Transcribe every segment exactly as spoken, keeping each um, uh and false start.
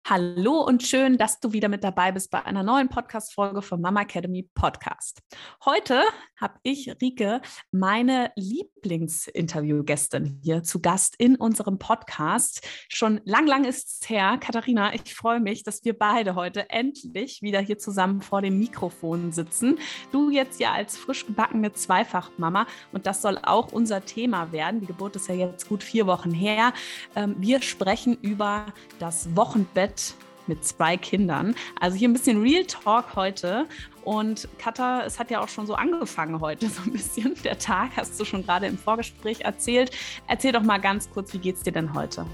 Hallo und schön, dass du wieder mit dabei bist bei einer neuen Podcast-Folge vom Mama Academy Podcast. Heute habe ich, Rike, meine Lieblingsinterviewgästin hier zu Gast in unserem Podcast. Schon lang, lang ist es her. Katharina, ich freue mich, dass wir beide heute endlich wieder hier zusammen vor dem Mikrofon sitzen. Du jetzt ja als frisch gebackene Zweifachmama und das soll auch unser Thema werden. Die Geburt ist ja jetzt gut vier Wochen her. Wir sprechen über das Wochenbett mit zwei Kindern. Also hier ein bisschen Real Talk heute. Und Katha, es hat ja auch schon so angefangen heute, so ein bisschen der Tag, hast du schon gerade im Vorgespräch erzählt. Erzähl doch mal ganz kurz, wie geht's dir denn heute?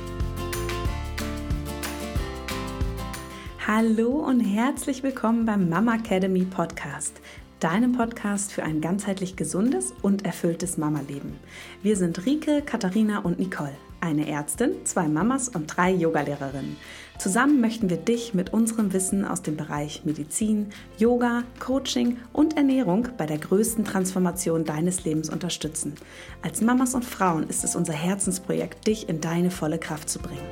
Hallo und herzlich willkommen beim Mama Academy Podcast, deinem Podcast für ein ganzheitlich gesundes und erfülltes Mama-Leben. Wir sind Rike, Katharina und Nicole, eine Ärztin, zwei Mamas und drei Yogalehrerinnen. Zusammen möchten wir dich mit unserem Wissen aus dem Bereich Medizin, Yoga, Coaching und Ernährung bei der größten Transformation deines Lebens unterstützen. Als Mamas und Frauen ist es unser Herzensprojekt, dich in deine volle Kraft zu bringen.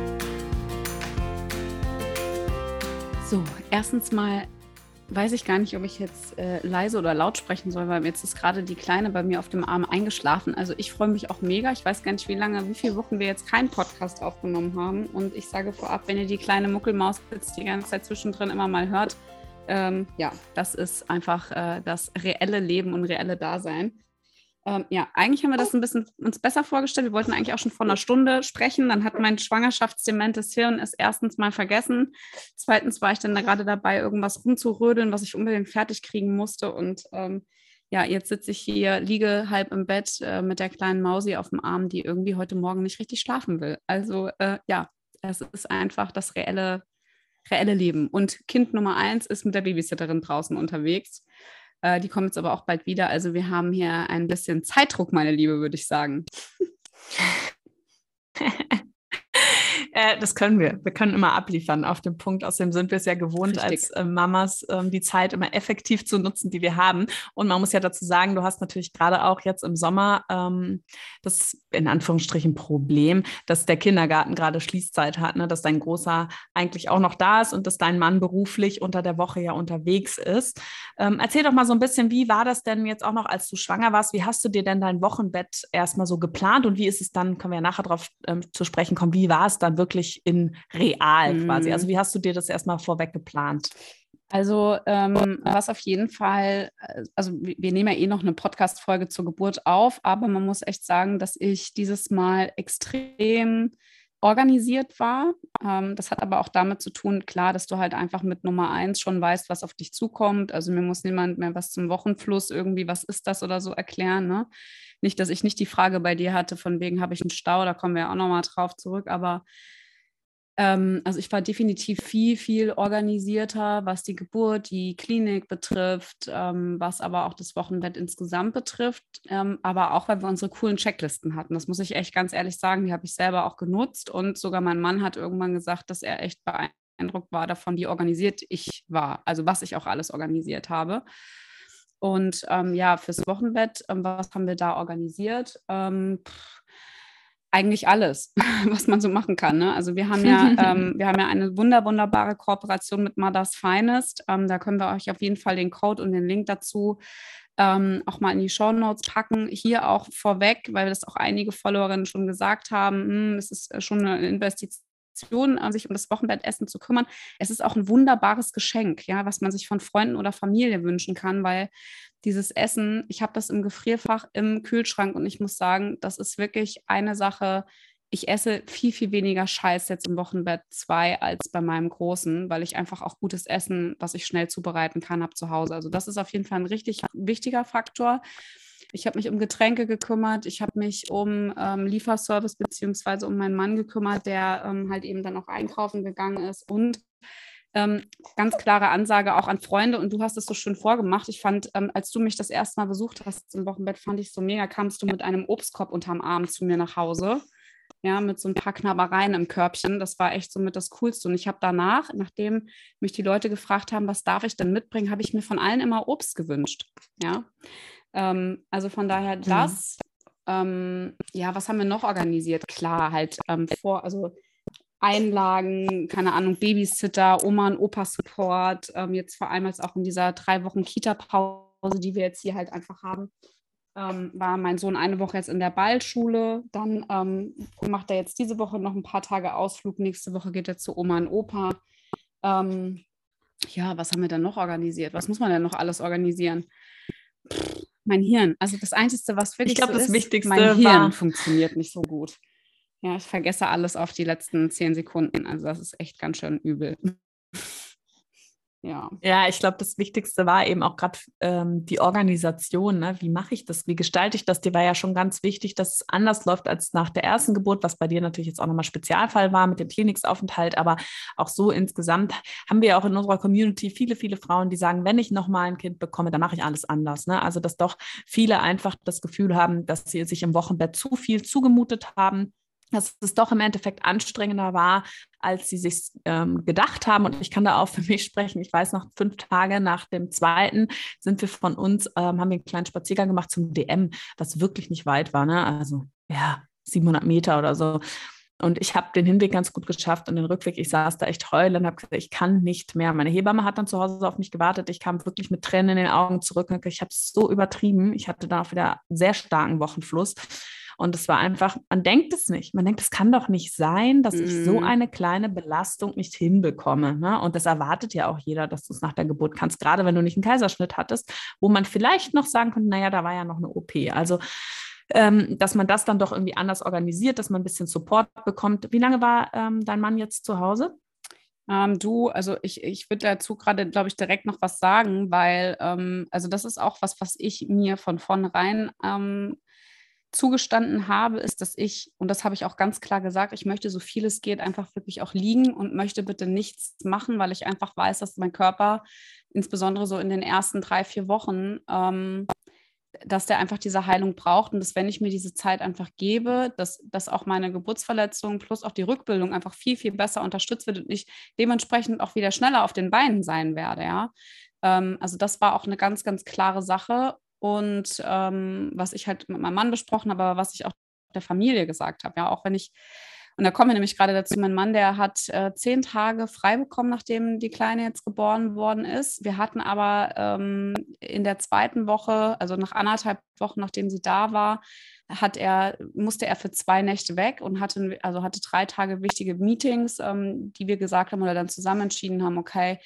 So, erstens mal weiß ich gar nicht, ob ich jetzt äh, leise oder laut sprechen soll, weil jetzt ist gerade die Kleine bei mir auf dem Arm eingeschlafen. Also ich freue mich auch mega. Ich weiß gar nicht, wie lange, wie viele Wochen wir jetzt keinen Podcast aufgenommen haben. Und ich sage vorab, wenn ihr die kleine Muckelmaus jetzt die ganze Zeit zwischendrin immer mal hört, ähm, ja, das ist einfach äh, das reelle Leben und reelle Dasein. Ähm, ja, eigentlich haben wir das ein bisschen uns besser vorgestellt. Wir wollten eigentlich auch schon vor einer Stunde sprechen. Dann hat mein schwangerschaftsdementes Hirn es erstens mal vergessen. Zweitens war ich dann da gerade dabei, irgendwas rumzurödeln, was ich unbedingt fertig kriegen musste. Und ähm, ja, jetzt sitze ich hier, liege halb im Bett äh, mit der kleinen Mausi auf dem Arm, die irgendwie heute Morgen nicht richtig schlafen will. Also äh, ja, es ist einfach das reelle, reelle Leben. Und Kind Nummer eins ist mit der Babysitterin draußen unterwegs. Die kommen jetzt aber auch bald wieder. Also wir haben hier ein bisschen Zeitdruck, meine Liebe, würde ich sagen. Äh, das können wir. Wir können immer abliefern auf dem Punkt. Außerdem sind wir es ja gewohnt, Richtig. als äh, Mamas ähm, die Zeit immer effektiv zu nutzen, die wir haben. Und man muss ja dazu sagen, du hast natürlich gerade auch jetzt im Sommer ähm, das in Anführungsstrichen Problem, dass der Kindergarten gerade Schließzeit hat, ne? Dass dein Großer eigentlich auch noch da ist und dass dein Mann beruflich unter der Woche ja unterwegs ist. Ähm, erzähl doch mal so ein bisschen, wie war das denn jetzt auch noch, als du schwanger warst? Wie hast du dir denn dein Wochenbett erstmal so geplant und wie ist es dann, können wir ja nachher drauf ähm, zu sprechen kommen, wie war es dann wirklich in real mm. quasi? Also wie hast du dir das erstmal vorweg geplant? Also ähm, was auf jeden Fall, also wir nehmen ja eh noch eine Podcast-Folge zur Geburt auf, aber man muss echt sagen, dass ich dieses Mal extrem organisiert war. Ähm, das hat aber auch damit zu tun, klar, dass du halt einfach mit Nummer eins schon weißt, was auf dich zukommt. Also mir muss niemand mehr was zum Wochenfluss irgendwie, was ist das oder so erklären, ne? Nicht, dass ich nicht die Frage bei dir hatte, von wegen habe ich einen Stau, da kommen wir ja auch nochmal drauf zurück, aber ähm, also ich war definitiv viel, viel organisierter, was die Geburt, die Klinik betrifft, ähm, was aber auch das Wochenbett insgesamt betrifft, ähm, aber auch, weil wir unsere coolen Checklisten hatten. Das muss ich echt ganz ehrlich sagen, die habe ich selber auch genutzt und sogar mein Mann hat irgendwann gesagt, dass er echt beeindruckt war davon, wie organisiert ich war, also was ich auch alles organisiert habe. Und ähm, ja, fürs Wochenbett, ähm, was haben wir da organisiert? Ähm, pff, eigentlich alles, was man so machen kann. Ne? Also wir haben ja, ähm, wir haben ja eine wunder, wunderbare Kooperation mit Mother's Finest. Ähm, da können wir euch auf jeden Fall den Code und den Link dazu ähm, auch mal in die Shownotes packen. Hier auch vorweg, weil das auch einige Followerinnen schon gesagt haben, hm, es ist schon eine Investition, sich um das Wochenbettessen zu kümmern. Es ist auch ein wunderbares Geschenk, ja, was man sich von Freunden oder Familie wünschen kann, weil dieses Essen, ich habe das im Gefrierfach im Kühlschrank und ich muss sagen, das ist wirklich eine Sache. Ich esse viel, viel weniger Scheiß jetzt im Wochenbett zwei als bei meinem Großen, weil ich einfach auch gutes Essen, was ich schnell zubereiten kann, habe zu Hause. Also das ist auf jeden Fall ein richtig wichtiger Faktor. Ich habe mich um Getränke gekümmert, ich habe mich um ähm, Lieferservice beziehungsweise um meinen Mann gekümmert, der ähm, halt eben dann auch einkaufen gegangen ist und ähm, ganz klare Ansage auch an Freunde und du hast es so schön vorgemacht. Ich fand, ähm, als du mich das erste Mal besucht hast im Wochenbett, fand ich so mega, kamst du mit einem Obstkorb unterm Arm zu mir nach Hause. Ja, mit so ein paar Knabbereien im Körbchen. Das war echt so mit das Coolste. Und ich habe danach, nachdem mich die Leute gefragt haben, was darf ich denn mitbringen, habe ich mir von allen immer Obst gewünscht. Ja, ähm, also von daher das. Mhm. Ähm, ja, was haben wir noch organisiert? Klar, halt ähm, vor, also Einlagen, keine Ahnung, Babysitter, Oma- und Opa-Support, ähm, jetzt vor allem jetzt auch in dieser drei Wochen Kita-Pause, die wir jetzt hier halt einfach haben, ähm, war mein Sohn eine Woche jetzt in der Ballschule. Dann ähm, macht er jetzt diese Woche noch ein paar Tage Ausflug. Nächste Woche geht er zu Oma und Opa. Ähm, ja, was haben wir denn noch organisiert? Was muss man denn noch alles organisieren? Pff, mein Hirn. Also das Einzige, was wirklich Ich glaube, so das ist, Wichtigste mein Hirn war, funktioniert nicht so gut. Ja, ich vergesse alles auf die letzten zehn Sekunden. Also das ist echt ganz schön übel. Ja. ja, ich glaube, das Wichtigste war eben auch gerade ähm, die Organisation. Ne? Wie mache ich das? Wie gestalte ich das? Dir war ja schon ganz wichtig, dass es anders läuft als nach der ersten Geburt, was bei dir natürlich jetzt auch nochmal Spezialfall war mit dem Kliniksaufenthalt. Aber auch so insgesamt haben wir ja auch in unserer Community viele, viele Frauen, die sagen, wenn ich nochmal ein Kind bekomme, dann mache ich alles anders. Ne? Also, dass doch viele einfach das Gefühl haben, dass sie sich im Wochenbett zu viel zugemutet haben, dass es doch im Endeffekt anstrengender war, als sie sich ähm, gedacht haben. Und ich kann da auch für mich sprechen. Ich weiß noch, fünf Tage nach dem zweiten sind wir von uns, ähm, haben wir einen kleinen Spaziergang gemacht zum D M, was wirklich nicht weit war. Ne? Also ja, siebenhundert Meter oder so. Und ich habe den Hinweg ganz gut geschafft und den Rückweg, ich saß da echt heulend und habe gesagt, ich kann nicht mehr. Meine Hebamme hat dann zu Hause auf mich gewartet. Ich kam wirklich mit Tränen in den Augen zurück und ich habe es so übertrieben. Ich hatte dann auch wieder einen sehr starken Wochenfluss. Und es war einfach, man denkt es nicht. Man denkt, es kann doch nicht sein, dass ich so eine kleine Belastung nicht hinbekomme. Ne? Und das erwartet ja auch jeder, dass du es nach der Geburt kannst, gerade wenn du nicht einen Kaiserschnitt hattest, wo man vielleicht noch sagen könnte, naja, da war ja noch eine O P. Also, ähm, dass man das dann doch irgendwie anders organisiert, dass man ein bisschen Support bekommt. Wie lange war ähm, dein Mann jetzt zu Hause? Ähm, du, also ich, ich würde dazu gerade, glaube ich, direkt noch was sagen, weil, ähm, also das ist auch was, was ich mir von vornherein ähm, zugestanden habe, ist, dass ich, und das habe ich auch ganz klar gesagt, ich möchte so viel es geht einfach wirklich auch liegen und möchte bitte nichts machen, weil ich einfach weiß, dass mein Körper, insbesondere so in den ersten drei, vier Wochen, ähm, dass der einfach diese Heilung braucht und dass, wenn ich mir diese Zeit einfach gebe, dass, dass auch meine Geburtsverletzung plus auch die Rückbildung einfach viel, viel besser unterstützt wird und ich dementsprechend auch wieder schneller auf den Beinen sein werde, ja. Ähm, also das war auch eine ganz, ganz klare Sache und ähm, was ich halt mit meinem Mann besprochen habe, aber was ich auch der Familie gesagt habe, ja, auch wenn ich, und da kommen wir nämlich gerade dazu, mein Mann, der hat äh, zehn Tage frei bekommen, nachdem die Kleine jetzt geboren worden ist. Wir hatten aber ähm, in der zweiten Woche, also nach anderthalb Wochen, nachdem sie da war, hat er, musste er für zwei Nächte weg und hatte, also hatte drei Tage wichtige Meetings, ähm, die wir gesagt haben oder dann zusammen entschieden haben, okay,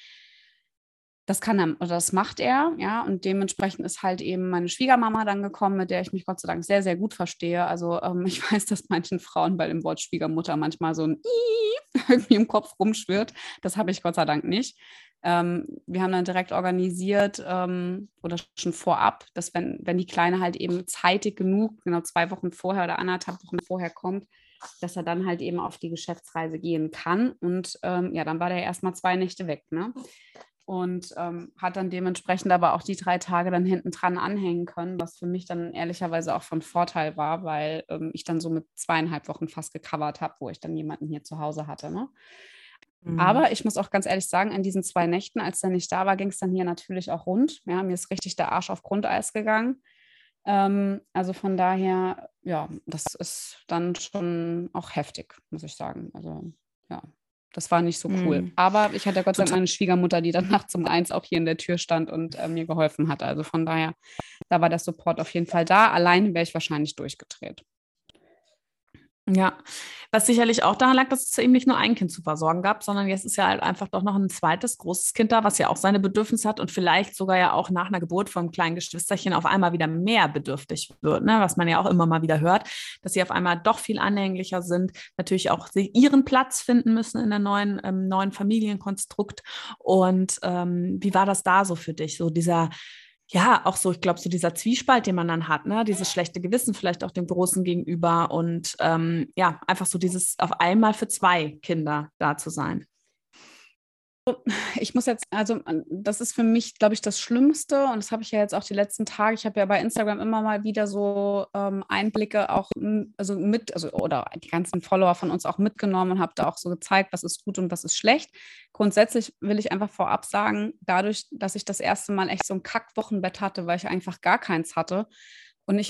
das kann er oder das macht er, ja, und dementsprechend ist halt eben meine Schwiegermama dann gekommen, mit der ich mich Gott sei Dank sehr, sehr gut verstehe. Also ähm, ich weiß, dass manchen Frauen bei dem Wort Schwiegermutter manchmal so ein I irgendwie im Kopf rumschwirrt. Das habe ich Gott sei Dank nicht. Ähm, wir haben dann direkt organisiert ähm, oder schon vorab, dass wenn, wenn die Kleine halt eben zeitig genug, genau zwei Wochen vorher oder anderthalb Wochen vorher kommt, dass er dann halt eben auf die Geschäftsreise gehen kann. Und ähm, ja, dann war der erstmal zwei Nächte weg, ne? Und ähm, hat dann dementsprechend aber auch die drei Tage dann hinten dran anhängen können, was für mich dann ehrlicherweise auch von Vorteil war, weil ähm, ich dann so mit zweieinhalb Wochen fast gecovert habe, wo ich dann jemanden hier zu Hause hatte. Ne? Mhm. Aber ich muss auch ganz ehrlich sagen, an diesen zwei Nächten, als er nicht da war, ging es dann hier natürlich auch rund. Ja, mir ist richtig der Arsch auf Grundeis gegangen. Ähm, also von daher, ja, das ist dann schon auch heftig, muss ich sagen. Also ja. Das war nicht so cool. Mm. Aber ich hatte Gott sei Dank meine Schwiegermutter, die dann nachts um eins auch hier in der Tür stand und äh, mir geholfen hat. Also von daher, da war der Support auf jeden Fall da. Alleine wäre ich wahrscheinlich durchgedreht. Ja, was sicherlich auch daran lag, dass es eben nicht nur ein Kind zu versorgen gab, sondern jetzt ist ja halt einfach doch noch ein zweites großes Kind da, was ja auch seine Bedürfnisse hat und vielleicht sogar ja auch nach einer Geburt vom kleinen Geschwisterchen auf einmal wieder mehr bedürftig wird, ne? Was man ja auch immer mal wieder hört, dass sie auf einmal doch viel anhänglicher sind, natürlich auch ihren Platz finden müssen in der neuen, ähm, neuen Familienkonstrukt. Und ähm, wie war das da so für dich, so dieser ja, auch so, ich glaube, so dieser Zwiespalt, den man dann hat, ne, dieses schlechte Gewissen vielleicht auch dem Großen gegenüber und ähm, ja, einfach so dieses auf einmal für zwei Kinder da zu sein. Ich muss jetzt, also das ist für mich, glaube ich, das Schlimmste und das habe ich ja jetzt auch die letzten Tage, ich habe ja bei Instagram immer mal wieder so ähm, Einblicke auch also mit, also oder die ganzen Follower von uns auch mitgenommen und habe da auch so gezeigt, was ist gut und was ist schlecht. Grundsätzlich will ich einfach vorab sagen, dadurch, dass ich das erste Mal echt so ein Kackwochenbett hatte, weil ich einfach gar keins hatte und ich mir es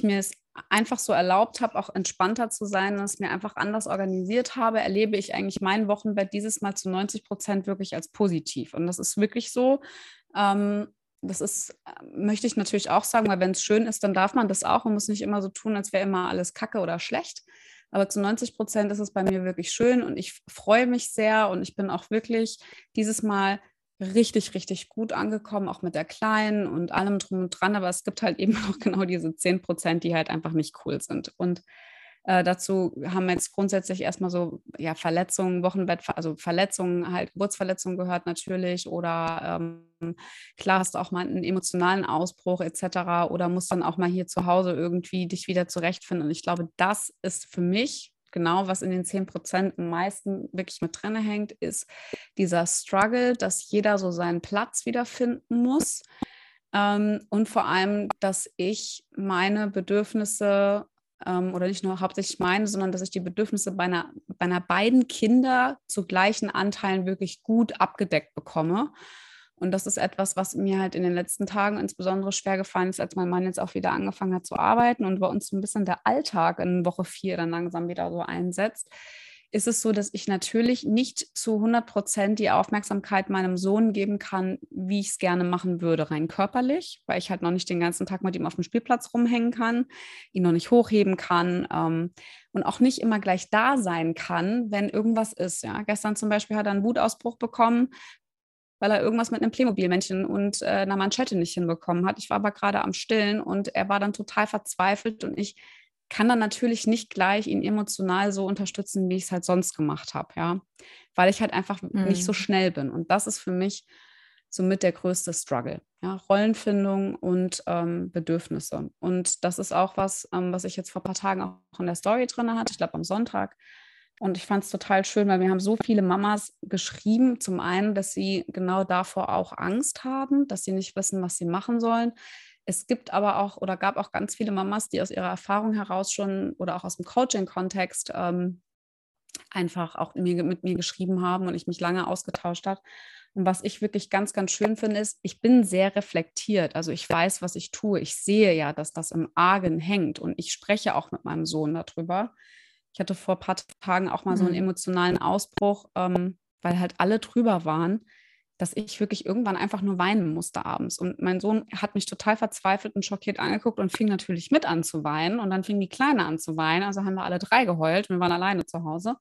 einfach so erlaubt habe, auch entspannter zu sein und es mir einfach anders organisiert habe, erlebe ich eigentlich mein Wochenbett dieses Mal zu neunzig Prozent wirklich als positiv. Und das ist wirklich so. Ähm, das ist, möchte ich natürlich auch sagen, weil wenn es schön ist, dann darf man das auch und muss nicht immer so tun, als wäre immer alles kacke oder schlecht. Aber zu neunzig Prozent ist es bei mir wirklich schön und ich freue mich sehr und ich bin auch wirklich dieses Mal richtig, richtig gut angekommen, auch mit der Kleinen und allem drum und dran. Aber es gibt halt eben noch genau diese zehn Prozent, die halt einfach nicht cool sind. Und äh, dazu haben wir jetzt grundsätzlich erstmal so ja, Verletzungen, Wochenbett, also Verletzungen, halt Geburtsverletzungen gehört natürlich oder ähm, klar hast du auch mal einen emotionalen Ausbruch et cetera oder musst dann auch mal hier zu Hause irgendwie dich wieder zurechtfinden. Und ich glaube, das ist für mich genau, was in den zehn Prozent am meisten wirklich mit drin hängt, ist dieser Struggle, dass jeder so seinen Platz wiederfinden muss. Ähm, und vor allem, dass ich meine Bedürfnisse ähm, oder nicht nur hauptsächlich meine, sondern dass ich die Bedürfnisse meiner, meiner beiden Kinder zu gleichen Anteilen wirklich gut abgedeckt bekomme. Und das ist etwas, was mir halt in den letzten Tagen insbesondere schwer gefallen ist, als mein Mann jetzt auch wieder angefangen hat zu arbeiten und bei uns so ein bisschen der Alltag in Woche vier dann langsam wieder so einsetzt, ist es so, dass ich natürlich nicht zu hundert Prozent die Aufmerksamkeit meinem Sohn geben kann, wie ich es gerne machen würde, rein körperlich, weil ich halt noch nicht den ganzen Tag mit ihm auf dem Spielplatz rumhängen kann, ihn noch nicht hochheben kann ähm, und auch nicht immer gleich da sein kann, wenn irgendwas ist. Ja? Gestern zum Beispiel hat er einen Wutausbruch bekommen, weil er irgendwas mit einem Playmobil-Männchen und äh, einer Manschette nicht hinbekommen hat. Ich war aber gerade am Stillen und er war dann total verzweifelt und ich kann dann natürlich nicht gleich ihn emotional so unterstützen, wie ich es halt sonst gemacht habe, ja, weil ich halt einfach mhm. nicht so schnell bin. Und das ist für mich somit der größte Struggle, ja, Rollenfindung und ähm, Bedürfnisse. Und das ist auch was, ähm, was ich jetzt vor ein paar Tagen auch in der Story drin hatte, ich glaube am Sonntag. Und ich fand es total schön, weil wir haben so viele Mamas geschrieben. Zum einen, dass sie genau davor auch Angst haben, dass sie nicht wissen, was sie machen sollen. Es gibt aber auch oder gab auch ganz viele Mamas, die aus ihrer Erfahrung heraus schon oder auch aus dem Coaching-Kontext ähm, einfach auch mir, mit mir geschrieben haben und ich mich lange ausgetauscht habe. Und was ich wirklich ganz, ganz schön finde, ist, ich bin sehr reflektiert. Also ich weiß, was ich tue. Ich sehe ja, dass das im Argen hängt und ich spreche auch mit meinem Sohn darüber. Ich hatte vor ein paar Tagen auch mal so einen emotionalen Ausbruch, ähm, weil halt alle drüber waren, dass ich wirklich irgendwann einfach nur weinen musste abends. Und mein Sohn hat mich total verzweifelt und schockiert angeguckt und fing natürlich mit an zu weinen. Und dann fing die Kleine an zu weinen. Also haben wir alle drei geheult. Wir waren alleine zu Hause.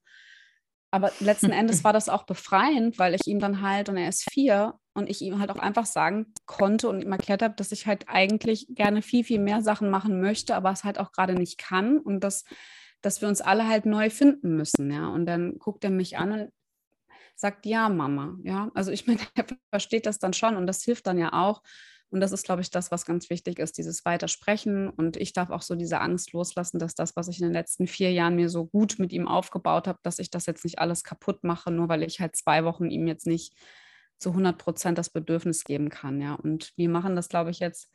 Aber letzten Endes war das auch befreiend, weil ich ihm dann halt, und er ist vier, und ich ihm halt auch einfach sagen konnte und ihm erklärt habe, dass ich halt eigentlich gerne viel, viel mehr Sachen machen möchte, aber es halt auch gerade nicht kann. Und das dass wir uns alle halt neu finden müssen, ja. Und dann guckt er mich an und sagt, ja, Mama, ja. Also ich meine, er versteht das dann schon und das hilft dann ja auch. Und das ist, glaube ich, das, was ganz wichtig ist, dieses Weitersprechen. Und ich darf auch so diese Angst loslassen, dass das, was ich in den letzten vier Jahren mir so gut mit ihm aufgebaut habe, dass ich das jetzt nicht alles kaputt mache, nur weil ich halt zwei Wochen ihm jetzt nicht zu hundert Prozent das Bedürfnis geben kann, ja. Und wir machen das, glaube ich, jetzt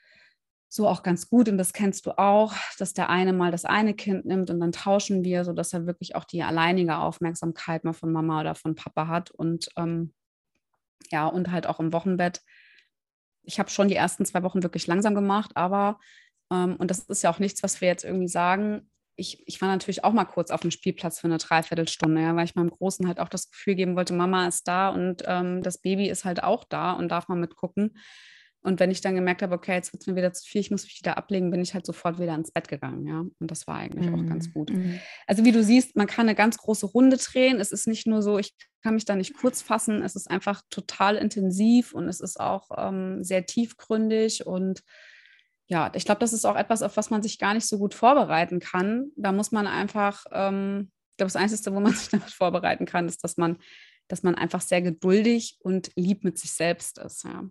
so auch ganz gut und das kennst du auch, dass der eine mal das eine Kind nimmt und dann tauschen wir, sodass er wirklich auch die alleinige Aufmerksamkeit mal von Mama oder von Papa hat und ähm, ja, und halt auch im Wochenbett. Ich habe schon die ersten zwei Wochen wirklich langsam gemacht, aber ähm, und das ist ja auch nichts, was wir jetzt irgendwie sagen, ich, ich war natürlich auch mal kurz auf dem Spielplatz für eine Dreiviertelstunde, ja, weil ich meinem Großen halt auch das Gefühl geben wollte, Mama ist da und ähm, das Baby ist halt auch da und darf mal mitgucken. Und wenn ich dann gemerkt habe, okay, jetzt wird es mir wieder zu viel, ich muss mich wieder ablegen, bin ich halt sofort wieder ins Bett gegangen, ja. Und das war eigentlich mm. auch ganz gut. Mm. Also wie du siehst, man kann eine ganz große Runde drehen. Es ist nicht nur so, ich kann mich da nicht kurz fassen. Es ist einfach total intensiv und es ist auch ähm, sehr tiefgründig. Und ja, ich glaube, das ist auch etwas, auf was man sich gar nicht so gut vorbereiten kann. Da muss man einfach, ähm, ich glaube, das Einzige, wo man sich damit vorbereiten kann, ist, dass man, dass man einfach sehr geduldig und lieb mit sich selbst ist, ja.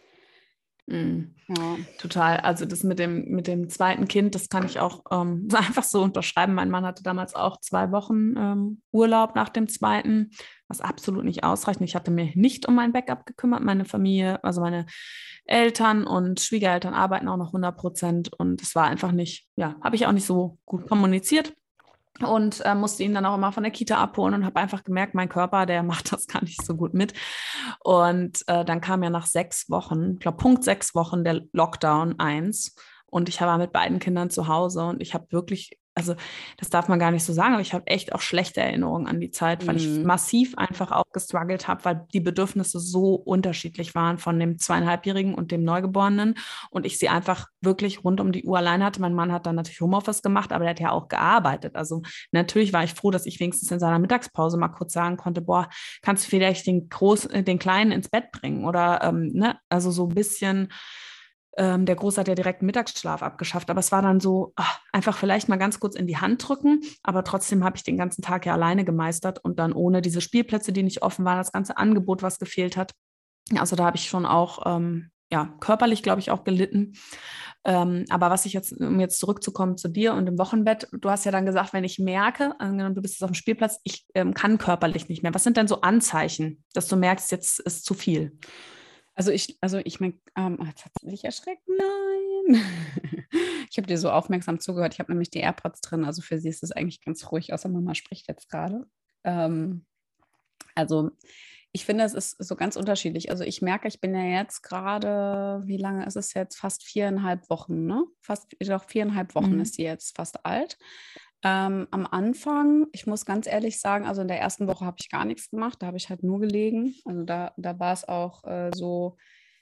Mm, ja. Total. Also das mit dem, mit dem zweiten Kind, das kann ich auch ähm, einfach so unterschreiben. Mein Mann hatte damals auch zwei Wochen ähm, Urlaub nach dem zweiten, was absolut nicht ausreicht. Ich hatte mich nicht um mein Backup gekümmert. Meine Familie, also meine Eltern und Schwiegereltern arbeiten auch noch hundert Prozent und es war einfach nicht, ja, habe ich auch nicht so gut kommuniziert. Und äh, musste ihn dann auch immer von der Kita abholen und habe einfach gemerkt, mein Körper, der macht das gar nicht so gut mit. Und äh, dann kam ja nach sechs Wochen, ich glaube Punkt sechs Wochen der Lockdown eins. Und ich war mit beiden Kindern zu Hause und ich habe wirklich, also das darf man gar nicht so sagen, aber ich habe echt auch schlechte Erinnerungen an die Zeit, weil ich Mhm. massiv einfach auch gestruggelt habe, weil die Bedürfnisse so unterschiedlich waren von dem Zweieinhalbjährigen und dem Neugeborenen und ich sie einfach wirklich rund um die Uhr allein hatte. Mein Mann hat dann natürlich Homeoffice gemacht, aber der hat ja auch gearbeitet. Also natürlich war ich froh, dass ich wenigstens in seiner Mittagspause mal kurz sagen konnte, boah, kannst du vielleicht den Groß, den Kleinen ins Bett bringen oder ähm, ne, also so ein bisschen. Ähm, der Große hat ja direkt Mittagsschlaf abgeschafft, aber es war dann so, ach, einfach vielleicht mal ganz kurz in die Hand drücken, aber trotzdem habe ich den ganzen Tag ja alleine gemeistert und dann ohne diese Spielplätze, die nicht offen waren, das ganze Angebot, was gefehlt hat. Also da habe ich schon auch, ähm, ja, körperlich, glaube ich, auch gelitten. Ähm, aber was ich jetzt, um jetzt zurückzukommen zu dir und im Wochenbett, du hast ja dann gesagt, wenn ich merke, angenommen, du bist jetzt auf dem Spielplatz, ich ähm, kann körperlich nicht mehr. Was sind denn so Anzeichen, dass du merkst, jetzt ist zu viel? Also ich, also ich mein, ähm, jetzt hat sie sich erschreckt. Nein. Ich habe dir so aufmerksam zugehört. Ich habe nämlich die AirPods drin. Also für sie ist es eigentlich ganz ruhig, außer Mama spricht jetzt gerade. Ähm, also ich finde, es ist so ganz unterschiedlich. Also ich merke, ich bin ja jetzt gerade, wie lange ist es jetzt? Fast viereinhalb Wochen, ne? Fast, doch viereinhalb Wochen Mhm. ist sie jetzt fast alt. Ähm, am Anfang, ich muss ganz ehrlich sagen, also in der ersten Woche habe ich gar nichts gemacht, da habe ich halt nur gelegen. Also da, da war es auch äh, so,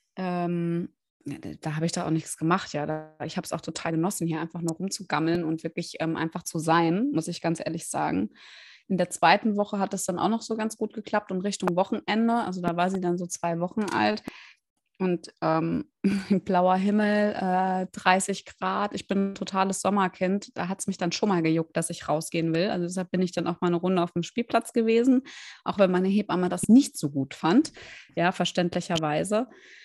ähm, ja, da, da habe ich da auch nichts gemacht, ja. Da, ich habe es auch total genossen, hier einfach nur rumzugammeln und wirklich ähm, einfach zu sein, muss ich ganz ehrlich sagen. In der zweiten Woche hat es dann auch noch so ganz gut geklappt und Richtung Wochenende, also da war sie dann so zwei Wochen alt. Und ähm, blauer Himmel, äh, dreißig Grad. Ich bin ein totales Sommerkind. Da hat es mich dann schon mal gejuckt, dass ich rausgehen will. Also deshalb bin ich dann auch mal eine Runde auf dem Spielplatz gewesen, auch wenn meine Hebamme das nicht so gut fand. Ja, verständlicherweise.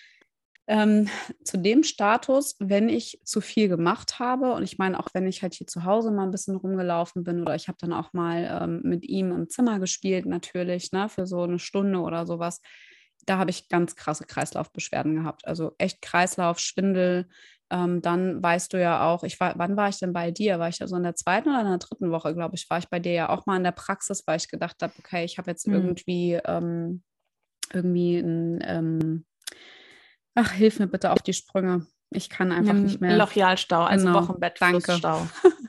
Ähm, zu dem Status, wenn ich zu viel gemacht habe, und ich meine, auch wenn ich halt hier zu Hause mal ein bisschen rumgelaufen bin oder ich habe dann auch mal ähm, mit ihm im Zimmer gespielt, natürlich, ne, für so eine Stunde oder sowas, da habe ich ganz krasse Kreislaufbeschwerden gehabt. Also echt Kreislauf, Schwindel. Ähm, dann weißt du ja auch, ich war, wann war ich denn bei dir? War ich da so in der zweiten oder in der dritten Woche, glaube ich, war ich bei dir ja auch mal in der Praxis, weil ich gedacht habe, okay, ich habe jetzt Mhm. irgendwie, ähm, irgendwie ein, ähm, ach, hilf mir bitte auf die Sprünge. Ich kann einfach nicht Ein mehr. Lochialstau, also Genau, danke. Wochenbettflussstau.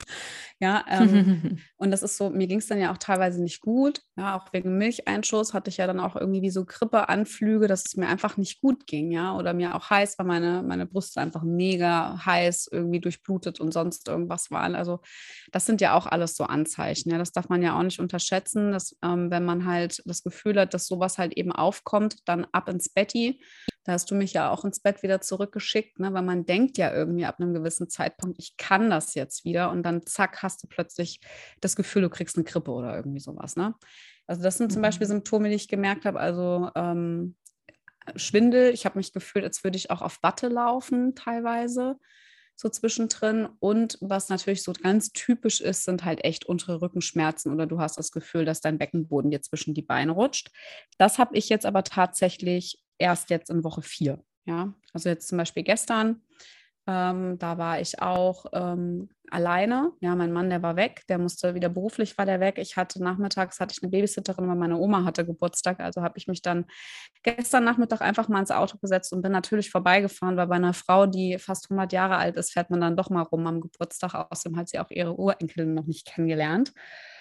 Ja, ähm, und das ist so, mir ging es dann ja auch teilweise nicht gut. Ja, auch wegen Milcheinschuss hatte ich ja dann auch irgendwie wie so Grippeanflüge, dass es mir einfach nicht gut ging, ja. Oder mir auch heiß, weil meine, meine Brüste einfach mega heiß, irgendwie durchblutet und sonst irgendwas waren. Also das sind ja auch alles so Anzeichen. Ja, das darf man ja auch nicht unterschätzen, dass ähm, wenn man halt das Gefühl hat, dass sowas halt eben aufkommt, dann ab ins Betti. Da hast du mich ja auch ins Bett wieder zurückgeschickt, ne? Weil man denkt ja irgendwie ab einem gewissen Zeitpunkt, ich kann das jetzt wieder und dann zack, hast du plötzlich das Gefühl, du kriegst eine Grippe oder irgendwie sowas. Ne? Also das sind zum Beispiel Mhm. Symptome, die ich gemerkt habe. Also ähm, Schwindel, ich habe mich gefühlt, als würde ich auch auf Watte laufen teilweise, so zwischendrin. Und was natürlich so ganz typisch ist, sind halt echt untere Rückenschmerzen oder du hast das Gefühl, dass dein Beckenboden dir zwischen die Beine rutscht. Das habe ich jetzt aber tatsächlich erst jetzt in Woche vier. Ja, also jetzt zum Beispiel gestern, ähm, da war ich auch ähm, alleine. Ja, mein Mann, der war weg, der musste wieder beruflich, war der weg. Ich hatte nachmittags, hatte ich eine Babysitterin, weil meine Oma hatte Geburtstag. Also habe ich mich dann gestern Nachmittag einfach mal ins Auto gesetzt und bin natürlich vorbeigefahren, weil bei einer Frau, die fast hundert Jahre alt ist, fährt man dann doch mal rum am Geburtstag. Außerdem hat sie auch ihre Urenkelin noch nicht kennengelernt.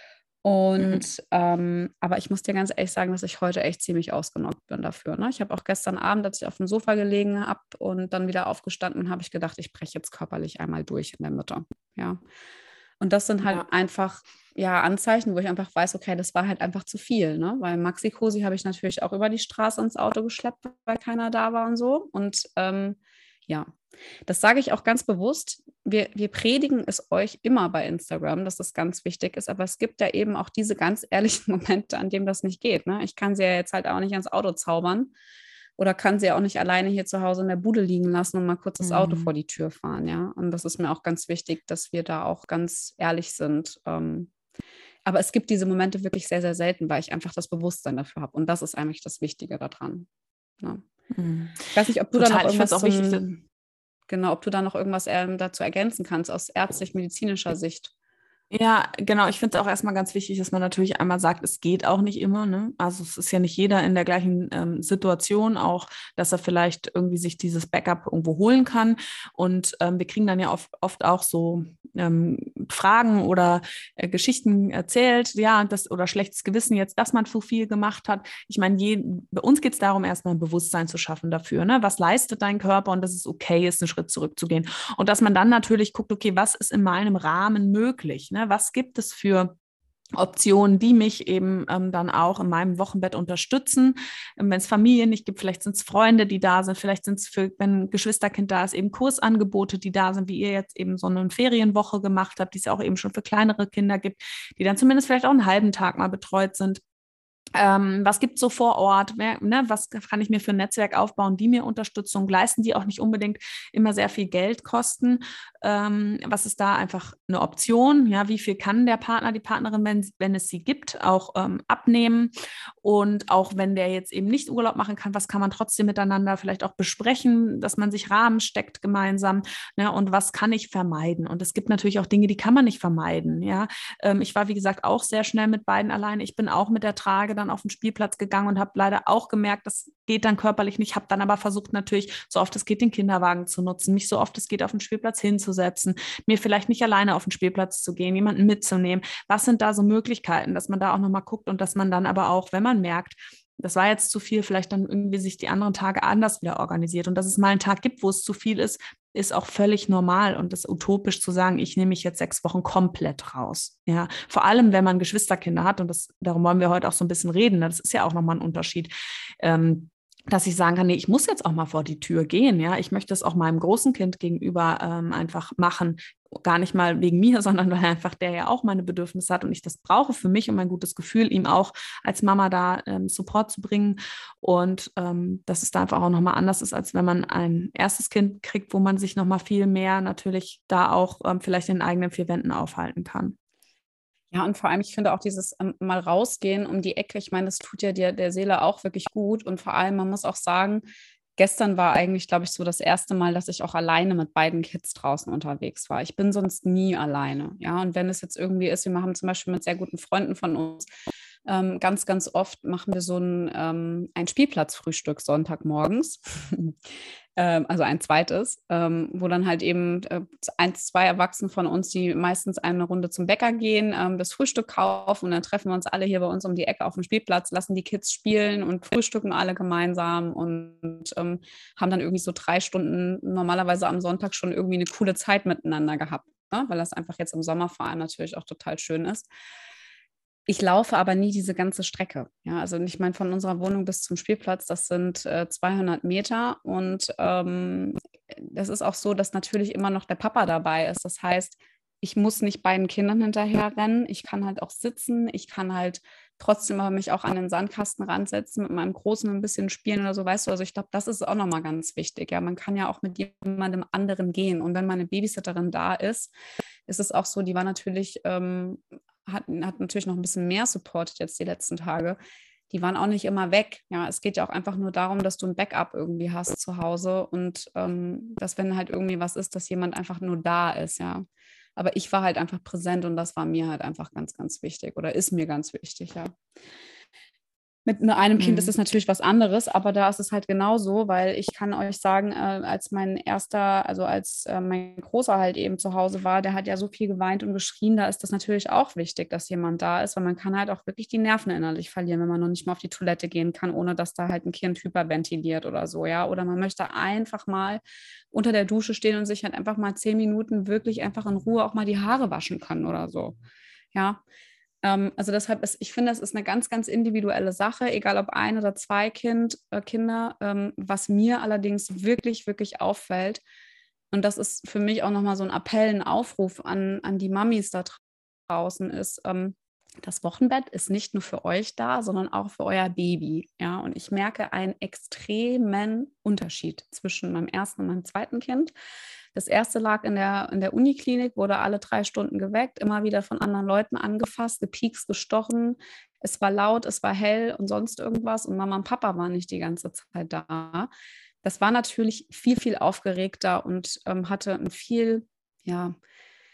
Mhm. Und ähm, aber ich muss dir ganz ehrlich sagen, dass ich heute echt ziemlich ausgenockt bin dafür. Ne? Ich habe auch gestern Abend, als ich auf dem Sofa gelegen habe und dann wieder aufgestanden, habe ich gedacht, ich breche jetzt körperlich einmal durch in der Mitte. Ja. Und das sind halt Ja. einfach ja Anzeichen, wo ich einfach weiß, okay, das war halt einfach zu viel. Ne? Weil Maxi-Cosi habe ich natürlich auch über die Straße ins Auto geschleppt, weil keiner da war und so. Und ähm, ja, das sage ich auch ganz bewusst. Wir, wir predigen es euch immer bei Instagram, dass das ganz wichtig ist, aber es gibt ja eben auch diese ganz ehrlichen Momente, an denen das nicht geht. Ne? Ich kann sie ja jetzt halt auch nicht ans Auto zaubern oder kann sie ja auch nicht alleine hier zu Hause in der Bude liegen lassen und mal kurz das Auto vor Mhm. die Tür fahren. Ja? Und das ist mir auch ganz wichtig, dass wir da auch ganz ehrlich sind. Ähm, aber es gibt diese Momente wirklich sehr, sehr selten, weil ich einfach das Bewusstsein dafür habe. Und das ist eigentlich das Wichtige daran. Ne? Mhm. Ich weiß nicht, ob du da noch Total. Ich finde es irgendwas auch wichtig, zum Genau, ob du da noch irgendwas ähm, dazu ergänzen kannst aus ärztlich-medizinischer Sicht. Ja, genau. Ich finde es auch erstmal ganz wichtig, dass man natürlich einmal sagt, es geht auch nicht immer, ne? Also es ist ja nicht jeder in der gleichen ähm, Situation, auch dass er vielleicht irgendwie sich dieses Backup irgendwo holen kann. Und ähm, wir kriegen dann ja oft, oft auch so ähm, Fragen oder äh, Geschichten erzählt, ja, das oder schlechtes Gewissen jetzt, dass man zu viel gemacht hat. Ich meine, je, bei uns geht es darum, erstmal ein Bewusstsein zu schaffen dafür, ne? Was leistet dein Körper und dass es okay ist, einen Schritt zurückzugehen. Und dass man dann natürlich guckt, okay, was ist in meinem Rahmen möglich, ne? Was gibt es für Optionen, die mich eben ähm, dann auch in meinem Wochenbett unterstützen. Ähm, wenn es Familien nicht gibt, vielleicht sind es Freunde, die da sind, vielleicht sind es für, wenn ein Geschwisterkind da ist, eben Kursangebote, die da sind, wie ihr jetzt eben so eine Ferienwoche gemacht habt, die es ja auch eben schon für kleinere Kinder gibt, die dann zumindest vielleicht auch einen halben Tag mal betreut sind. Ähm, was gibt es so vor Ort? Wer, ne, was kann ich mir für ein Netzwerk aufbauen, die mir Unterstützung leisten, die auch nicht unbedingt immer sehr viel Geld kosten? Ähm, was ist da einfach eine Option? Ja, wie viel kann der Partner, die Partnerin, wenn, wenn es sie gibt, auch ähm, abnehmen? Und auch wenn der jetzt eben nicht Urlaub machen kann, was kann man trotzdem miteinander vielleicht auch besprechen, dass man sich Rahmen steckt gemeinsam? Ne? Und was kann ich vermeiden? Und es gibt natürlich auch Dinge, die kann man nicht vermeiden. Ja, ähm, ich war, wie gesagt, auch sehr schnell mit beiden alleine. Ich bin auch mit der Trage dann auf den Spielplatz gegangen und habe leider auch gemerkt, das geht dann körperlich nicht. Habe dann aber versucht, natürlich so oft es geht, den Kinderwagen zu nutzen, mich so oft es geht auf den Spielplatz hinzusetzen, mir vielleicht nicht alleine auf den Spielplatz zu gehen, jemanden mitzunehmen. Was sind da so Möglichkeiten, dass man da auch nochmal guckt und dass man dann aber auch, wenn man merkt, das war jetzt zu viel, vielleicht dann irgendwie sich die anderen Tage anders wieder organisiert und dass es mal einen Tag gibt, wo es zu viel ist, ist auch völlig normal und das utopisch zu sagen, ich nehme mich jetzt sechs Wochen komplett raus. Ja, vor allem, wenn man Geschwisterkinder hat und das, darum wollen wir heute auch so ein bisschen reden. Das ist ja auch nochmal ein Unterschied. Ähm, dass ich sagen kann, nee, ich muss jetzt auch mal vor die Tür gehen, ja, ich möchte es auch meinem großen Kind gegenüber ähm, einfach machen, gar nicht mal wegen mir, sondern weil einfach der ja auch meine Bedürfnisse hat und ich das brauche für mich und mein gutes Gefühl, ihm auch als Mama da ähm, Support zu bringen und ähm, dass es da einfach auch nochmal anders ist, als wenn man ein erstes Kind kriegt, wo man sich nochmal viel mehr natürlich da auch ähm, vielleicht in den eigenen vier Wänden aufhalten kann. Ja, und vor allem, ich finde auch dieses ähm, mal rausgehen um die Ecke, ich meine, das tut ja der, der Seele auch wirklich gut. Und vor allem, man muss auch sagen, gestern war eigentlich, glaube ich, so das erste Mal, dass ich auch alleine mit beiden Kids draußen unterwegs war. Ich bin sonst nie alleine. Ja, und wenn es jetzt irgendwie ist, wir machen zum Beispiel mit sehr guten Freunden von uns, ähm, ganz, ganz oft machen wir so ein, ähm, ein Spielplatzfrühstück Sonntagmorgens. ähm, also ein zweites, ähm, wo dann halt eben äh, eins, zwei Erwachsene von uns, die meistens eine Runde zum Bäcker gehen, ähm, das Frühstück kaufen und dann treffen wir uns alle hier bei uns um die Ecke auf dem Spielplatz, lassen die Kids spielen und frühstücken alle gemeinsam und ähm, haben dann irgendwie so drei Stunden normalerweise am Sonntag schon irgendwie eine coole Zeit miteinander gehabt, ne? Weil das einfach jetzt im Sommer vor allem natürlich auch total schön ist. Ich laufe aber nie diese ganze Strecke. Ja, also ich meine, von unserer Wohnung bis zum Spielplatz, das sind äh, zweihundert Meter. Und ähm, das ist auch so, dass natürlich immer noch der Papa dabei ist. Das heißt, ich muss nicht beiden Kindern hinterher rennen. Ich kann halt auch sitzen. Ich kann halt trotzdem aber mich auch an den Sandkastenrand setzen, mit meinem Großen ein bisschen spielen oder so, weißt du. Also ich glaube, das ist auch nochmal ganz wichtig. Ja, man kann ja auch mit jemandem anderen gehen. Und wenn meine Babysitterin da ist, ist es auch so, die war natürlich ähm, hat, hat natürlich noch ein bisschen mehr supportet jetzt die letzten Tage. Die waren auch nicht immer weg. Ja, es geht ja auch einfach nur darum, dass du ein Backup irgendwie hast zu Hause und ähm, dass, wenn halt irgendwie was ist, dass jemand einfach nur da ist, ja. Aber ich war halt einfach präsent und das war mir halt einfach ganz, ganz wichtig oder ist mir ganz wichtig, ja. Mit nur einem Kind ist Mhm. es natürlich was anderes, aber da ist es halt genauso, weil ich kann euch sagen, äh, als mein erster, also als äh, mein Großer halt eben zu Hause war, der hat ja so viel geweint und geschrien, da ist das natürlich auch wichtig, dass jemand da ist, weil man kann halt auch wirklich die Nerven innerlich verlieren, wenn man noch nicht mal auf die Toilette gehen kann, ohne dass da halt ein Kind hyperventiliert oder so, ja. Oder man möchte einfach mal unter der Dusche stehen und sich halt einfach mal zehn Minuten wirklich einfach in Ruhe auch mal die Haare waschen können oder so, ja. Ähm, also deshalb ist, ich finde, das ist eine ganz, ganz individuelle Sache, egal ob ein oder zwei Kind, äh, Kinder. Ähm, was mir allerdings wirklich, wirklich auffällt, und das ist für mich auch nochmal so ein Appell, ein Aufruf an, an die Mamis da draußen, ist, ähm, das Wochenbett ist nicht nur für euch da, sondern auch für euer Baby. Ja, und ich merke einen extremen Unterschied zwischen meinem ersten und meinem zweiten Kind. Das erste lag in der, in der Uniklinik, wurde alle drei Stunden geweckt, immer wieder von anderen Leuten angefasst, gepiekst, gestochen. Es war laut, es war hell und sonst irgendwas. Und Mama und Papa waren nicht die ganze Zeit da. Das war natürlich viel, viel aufgeregter und ähm, hatte ein viel, ja,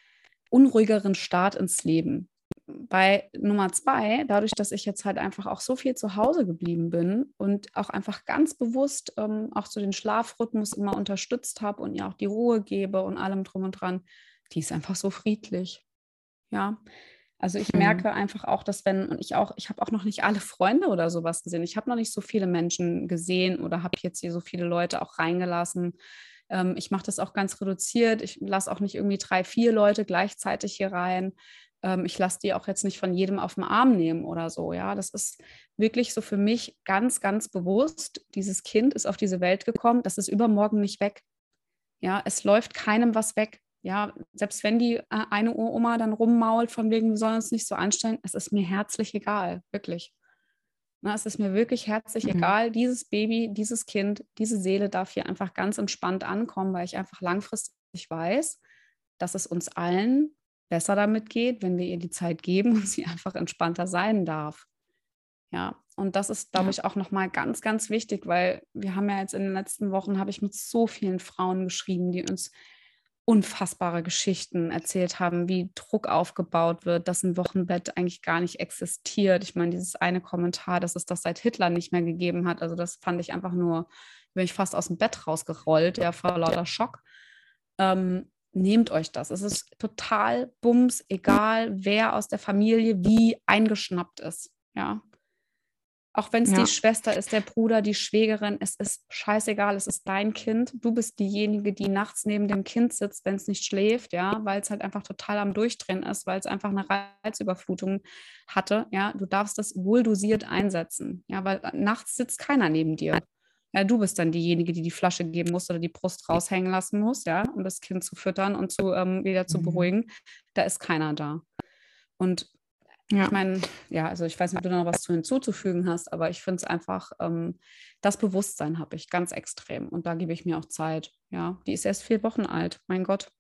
unruhigeren Start ins Leben. Bei Nummer zwei, dadurch, dass ich jetzt halt einfach auch so viel zu Hause geblieben bin und auch einfach ganz bewusst ähm, auch so den Schlafrhythmus immer unterstützt habe und ihr auch die Ruhe gebe und allem drum und dran, die ist einfach so friedlich. Ja, also ich Mhm. merke einfach auch, dass wenn, und ich auch, ich habe auch noch nicht alle Freunde oder sowas gesehen. Ich habe noch nicht so viele Menschen gesehen oder habe jetzt hier so viele Leute auch reingelassen. Ähm, ich mache das auch ganz reduziert. Ich lasse auch nicht irgendwie drei, vier Leute gleichzeitig hier rein. Ähm, ich lasse die auch jetzt nicht von jedem auf den Arm nehmen oder so. Ja, das ist wirklich so für mich ganz, ganz bewusst. Dieses Kind ist auf diese Welt gekommen. Das ist übermorgen nicht weg. Ja, es läuft keinem was weg. Ja, selbst wenn die äh, eine Uroma dann rummault, von wegen, wir sollen uns nicht so anstellen, es ist mir herzlich egal, wirklich. Na, es ist mir wirklich herzlich Mhm. egal. Dieses Baby, dieses Kind, diese Seele darf hier einfach ganz entspannt ankommen, weil ich einfach langfristig weiß, dass es uns allen besser damit geht, wenn wir ihr die Zeit geben und sie einfach entspannter sein darf. Ja, und das ist, glaube Ja. ich, auch nochmal ganz, ganz wichtig, weil wir haben ja jetzt in den letzten Wochen, habe ich mit so vielen Frauen geschrieben, die uns unfassbare Geschichten erzählt haben, wie Druck aufgebaut wird, dass ein Wochenbett eigentlich gar nicht existiert. Ich meine, dieses eine Kommentar, dass es das seit Hitler nicht mehr gegeben hat, also das fand ich einfach nur, bin ich fast aus dem Bett rausgerollt, ja, vor lauter Schock. Ähm, nehmt euch das. Es ist total bums, egal wer aus der Familie wie eingeschnappt ist, ja. Auch wenn es Ja. die Schwester ist, der Bruder, die Schwägerin, es ist scheißegal, es ist dein Kind. Du bist diejenige, die nachts neben dem Kind sitzt, wenn es nicht schläft, ja, weil es halt einfach total am Durchdrehen ist, weil es einfach eine Reizüberflutung hatte, ja. Du darfst das wohl dosiert einsetzen, ja, weil nachts sitzt keiner neben dir. Ja, du bist dann diejenige, die die Flasche geben muss oder die Brust raushängen lassen muss, ja, um das Kind zu füttern und zu, ähm, wieder zu Mhm. beruhigen. Da ist keiner da. Und Ja. ich meine, ja, also ich weiß nicht, ob du noch was zu hinzuzufügen hast, aber ich finde es einfach, ähm, das Bewusstsein habe ich ganz extrem und da gebe ich mir auch Zeit. Ja, die ist erst vier Wochen alt, mein Gott.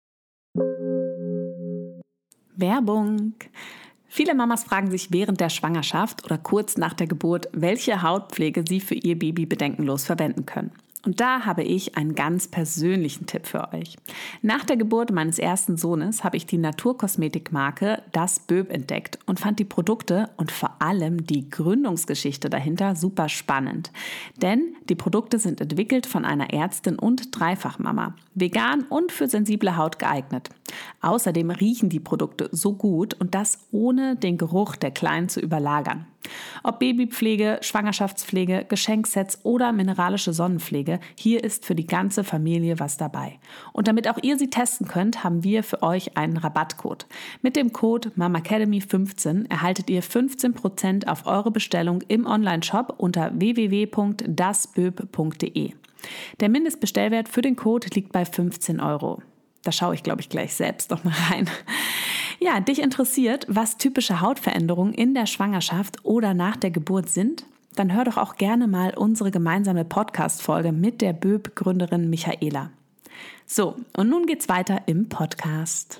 Werbung. Viele Mamas fragen sich während der Schwangerschaft oder kurz nach der Geburt, welche Hautpflege sie für ihr Baby bedenkenlos verwenden können. Und da habe ich einen ganz persönlichen Tipp für euch. Nach der Geburt meines ersten Sohnes habe ich die Naturkosmetikmarke Das Böb entdeckt und fand die Produkte und vor allem die Gründungsgeschichte dahinter super spannend. Denn die Produkte sind entwickelt von einer Ärztin und Dreifachmama, vegan und für sensible Haut geeignet. Außerdem riechen die Produkte so gut und das ohne den Geruch der Kleinen zu überlagern. Ob Babypflege, Schwangerschaftspflege, Geschenksets oder mineralische Sonnenpflege, hier ist für die ganze Familie was dabei. Und damit auch ihr sie testen könnt, haben wir für euch einen Rabattcode. Mit dem Code MAMAcademy fünfzehn erhaltet ihr fünfzehn Prozent auf eure Bestellung im Onlineshop unter w w w punkt das böb punkt d e. Der Mindestbestellwert für den Code liegt bei fünfzehn Euro. Da schaue ich, glaube ich, gleich selbst noch mal rein. Ja, dich interessiert, was typische Hautveränderungen in der Schwangerschaft oder nach der Geburt sind? Dann hör doch auch gerne mal unsere gemeinsame Podcast-Folge mit der Böb-Gründerin Michaela. So, und nun geht's weiter im Podcast.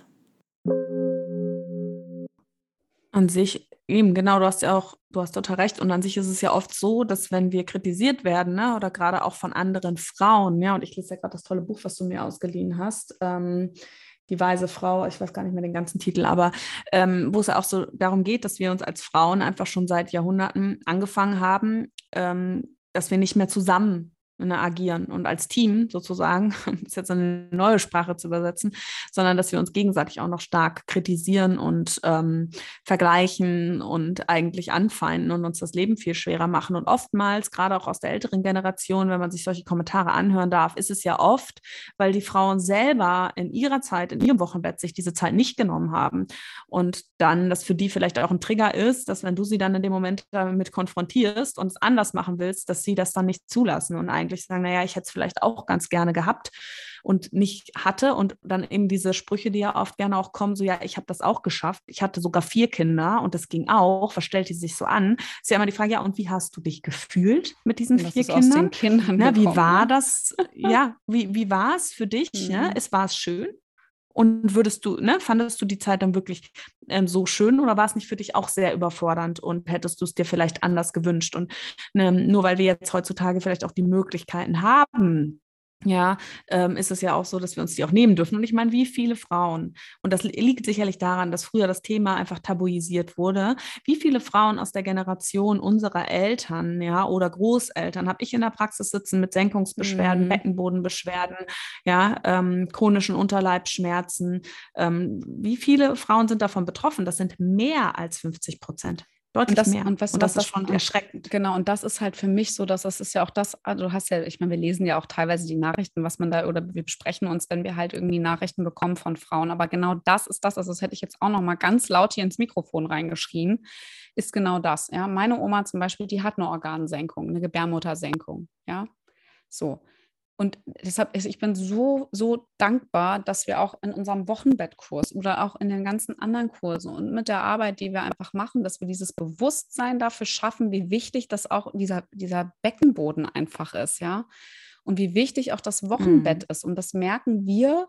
An sich, eben, genau, du hast ja auch, du hast total recht. Und an sich ist es ja oft so, dass wenn wir kritisiert werden, ne, oder gerade auch von anderen Frauen, ja, und ich lese ja gerade das tolle Buch, was du mir ausgeliehen hast, ähm, Die weise Frau, ich weiß gar nicht mehr den ganzen Titel, aber ähm, wo es ja auch so darum geht, dass wir uns als Frauen einfach schon seit Jahrhunderten angefangen haben, ähm, dass wir nicht mehr zusammen ne, agieren und als Team sozusagen, ist jetzt eine neue Sprache zu übersetzen, sondern dass wir uns gegenseitig auch noch stark kritisieren und ähm, vergleichen und eigentlich anfeinden und uns das Leben viel schwerer machen. Und oftmals, gerade auch aus der älteren Generation, wenn man sich solche Kommentare anhören darf, ist es ja oft, weil die Frauen selber in ihrer Zeit, in ihrem Wochenbett sich diese Zeit nicht genommen haben. Und dann, dass für die vielleicht auch ein Trigger ist, dass wenn du sie dann in dem Moment damit konfrontierst und es anders machen willst, dass sie das dann nicht zulassen und eigentlich sagen, naja, ich hätte es vielleicht auch ganz gerne gehabt und nicht hatte. Und dann eben diese Sprüche, die ja oft gerne auch kommen, so ja, ich habe das auch geschafft. Ich hatte sogar vier Kinder und das ging auch. Was stellt die sich so an? Ist ja immer die Frage, ja, und wie hast du dich gefühlt mit diesen Das vier ist Kindern? aus den Kindern Na, wie gekommen, war ne? das? Ja, wie, wie war es für dich? Mhm. Ja? Es war es schön. Und würdest du, ne, fandest du die Zeit dann wirklich ähm, so schön oder war es nicht für dich auch sehr überfordernd und hättest du es dir vielleicht anders gewünscht? Und ne, nur weil wir jetzt heutzutage vielleicht auch die Möglichkeiten haben, ja, ähm, ist es ja auch so, dass wir uns die auch nehmen dürfen. Und ich meine, wie viele Frauen, und das liegt sicherlich daran, dass früher das Thema einfach tabuisiert wurde, wie viele Frauen aus der Generation unserer Eltern, ja, oder Großeltern habe ich in der Praxis sitzen mit Senkungsbeschwerden, Mhm. Beckenbodenbeschwerden, ja, ähm, chronischen Unterleibsschmerzen. Ähm, wie viele Frauen sind davon betroffen? Das sind mehr als fünfzig Prozent. Und Deutlich das, mehr. und weißt du Und was, das ist das, schon und erschreckend. genau, und das ist halt für mich so, dass das ist ja auch das, also du hast ja, ich meine, wir lesen ja auch teilweise die Nachrichten, was man da, oder wir besprechen uns, wenn wir halt irgendwie Nachrichten bekommen von Frauen. Aber genau das ist das, also das hätte ich jetzt auch noch mal ganz laut hier ins Mikrofon reingeschrien, ist genau das. Ja, meine Oma zum Beispiel, die hat eine Organsenkung, eine Gebärmuttersenkung. Ja, so. Und deshalb, ist- ich bin so, so dankbar, dass wir auch in unserem Wochenbettkurs oder auch in den ganzen anderen Kursen und mit der Arbeit, die wir einfach machen, dass wir dieses Bewusstsein dafür schaffen, wie wichtig das auch dieser, dieser Beckenboden einfach ist, ja. Und wie wichtig auch das Wochenbett Mhm. ist. Und das merken wir.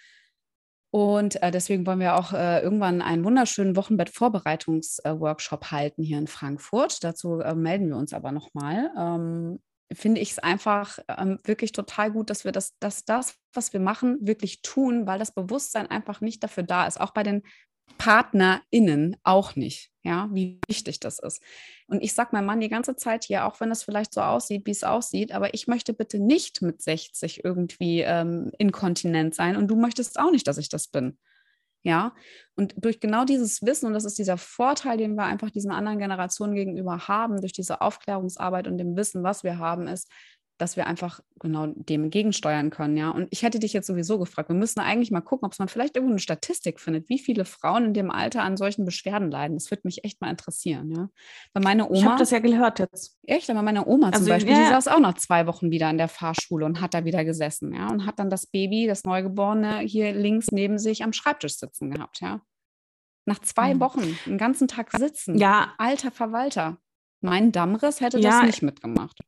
Und äh, deswegen wollen wir auch äh, irgendwann einen wunderschönen Wochenbett-Vorbereitungs-Workshop halten hier in Frankfurt. Dazu äh, melden wir uns aber nochmal. Ähm, finde ich es einfach ähm, wirklich total gut, dass wir das, dass das, was wir machen, wirklich tun, weil das Bewusstsein einfach nicht dafür da ist. Auch bei den PartnerInnen auch nicht, ja, wie wichtig das ist. Und ich sage meinem Mann die ganze Zeit hier, auch wenn es vielleicht so aussieht, wie es aussieht, aber ich möchte bitte nicht mit sechzig irgendwie ähm, inkontinent sein und du möchtest auch nicht, dass ich das bin. Ja, und durch genau dieses Wissen, und das ist dieser Vorteil, den wir einfach diesen anderen Generationen gegenüber haben, durch diese Aufklärungsarbeit und dem Wissen, was wir haben, ist, dass wir einfach genau dem entgegensteuern können, ja. Und ich hätte dich jetzt sowieso gefragt, wir müssen eigentlich mal gucken, ob es man vielleicht irgendwo eine Statistik findet, wie viele Frauen in dem Alter an solchen Beschwerden leiden. Das würde mich echt mal interessieren, ja. Weil meine Ich habe Oma, das ja gehört jetzt. echt, aber meine Oma zum Also, Beispiel, die ja, saß auch nach zwei Wochen wieder in der Fahrschule und hat da wieder gesessen, ja, und hat dann das Baby, das Neugeborene, hier links neben sich am Schreibtisch sitzen gehabt, ja. Nach zwei ja. Wochen, einen ganzen Tag sitzen. Ja, Alter Verwalter. Mein Dammriss hätte das ja, nicht mitgemacht.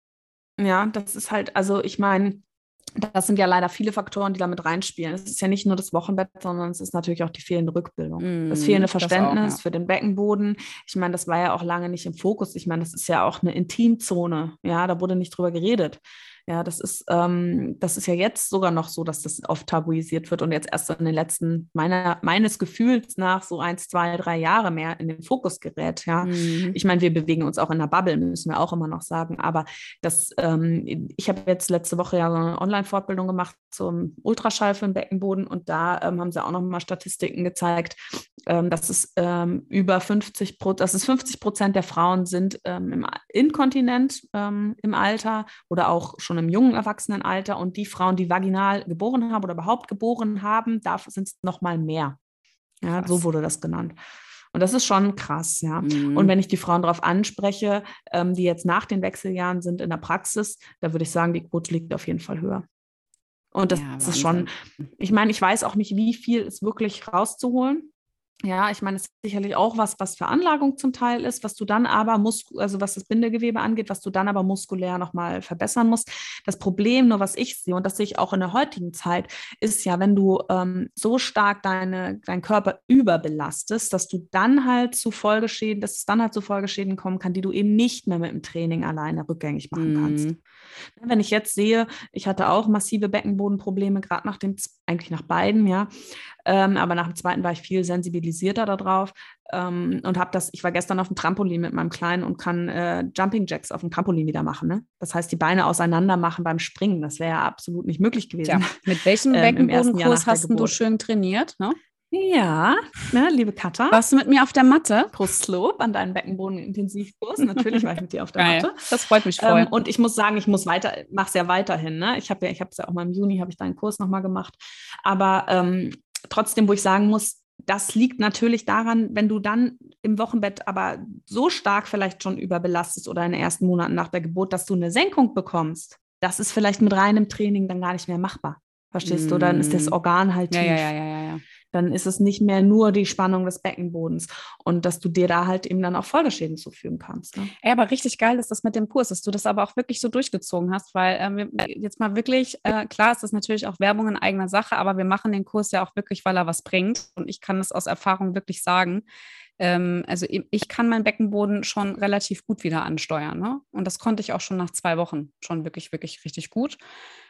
ja, das ist halt, also ich meine, das sind ja leider viele Faktoren, die da mit reinspielen. Es ist ja nicht nur das Wochenbett, sondern es ist natürlich auch die fehlende Rückbildung. Das fehlende Mm, das auch, ja. Verständnis für den Beckenboden. Ich meine, das war ja auch lange nicht im Fokus. Ich meine, das ist ja auch eine Intimzone. Ja, da wurde nicht drüber geredet. Ja, das ist, ähm, das ist ja jetzt sogar noch so, dass das oft tabuisiert wird und jetzt erst so in den letzten, meiner, meines Gefühls nach so eins, zwei, drei Jahre mehr in den Fokus gerät. Ja, Mm. ich meine, wir bewegen uns auch in der Bubble, müssen wir auch immer noch sagen. Aber das, ähm, ich habe jetzt letzte Woche ja so eine Online-Fortbildung gemacht zum Ultraschall für den Beckenboden und da ähm, haben sie auch noch mal Statistiken gezeigt, ähm, dass es ähm, über fünfzig Prozent, dass es fünfzig Prozent der Frauen sind ähm, im inkontinent ähm, im Alter oder auch schon im jungen Erwachsenenalter und die Frauen, die vaginal geboren haben oder überhaupt geboren haben, da sind es noch mal mehr. Ja, so Krass. wurde das genannt. Und das ist schon krass, ja. Und Mm. wenn ich die Frauen darauf anspreche, ähm, die jetzt nach den Wechseljahren sind in der Praxis, da würde ich sagen, die Quote liegt auf jeden Fall höher. Und das, Ja, das ist schon, Wahnsinn. ich meine, ich weiß auch nicht, wie viel ist wirklich rauszuholen. Ja, ich meine, es ist sicherlich auch was, was Veranlagung zum Teil ist, was du dann aber mus also was das Bindegewebe angeht, was du dann aber muskulär nochmal verbessern musst. Das Problem, nur was ich sehe, und das sehe ich auch in der heutigen Zeit, ist ja, wenn du ähm, so stark deine, deinen Körper überbelastest, dass du dann halt zu Folgeschäden, dass es dann halt zu Folgeschäden kommen kann, die du eben nicht mehr mit dem Training alleine rückgängig machen kannst. Mm. Wenn ich jetzt sehe, ich hatte auch massive Beckenbodenprobleme, gerade nach dem, eigentlich nach beiden, ja. Ähm, aber nach dem zweiten war ich viel sensibilisierter darauf ähm, und habe das, ich war gestern auf dem Trampolin mit meinem Kleinen und kann äh, Jumping Jacks auf dem Trampolin wieder machen. Ne? Das heißt, die Beine auseinander machen beim Springen. Das wäre ja absolut nicht möglich gewesen. Tja, mit welchem ähm, im ersten Jahr Beckenbodenkurs nach der hast denn du Geburt. schön trainiert, ne? Ja, ne, liebe Katha. Warst du mit mir auf der Matte? Großes Lob an deinen Beckenboden-Intensivkurs. Natürlich war ich mit dir auf der Geil. Matte. Das freut mich voll. Ähm, und ich muss sagen, ich muss weiter, mache es ja weiterhin. Ne? Ich habe ja, ich habe es ja auch mal im Juni, habe ich deinen Kurs nochmal gemacht. Aber ähm, trotzdem, wo ich sagen muss, das liegt natürlich daran, wenn du dann im Wochenbett aber so stark vielleicht schon überbelastest oder in den ersten Monaten nach der Geburt, dass du eine Senkung bekommst. Das ist vielleicht mit reinem Training dann gar nicht mehr machbar. Verstehst Mm. du? Dann ist das Organ halt Ja, tief. ja, ja, ja, ja, ja. Dann ist es nicht mehr nur die Spannung des Beckenbodens und dass du dir da halt eben dann auch Folgeschäden zufügen kannst. Ne? Ja, aber richtig geil ist das mit dem Kurs, dass du das aber auch wirklich so durchgezogen hast, weil ähm, jetzt mal wirklich, äh, klar ist das natürlich auch Werbung in eigener Sache, aber wir machen den Kurs ja auch wirklich, weil er was bringt und ich kann das aus Erfahrung wirklich sagen. Ähm, also ich kann meinen Beckenboden schon relativ gut wieder ansteuern, ne? Und das konnte ich auch schon nach zwei Wochen schon wirklich, wirklich richtig gut.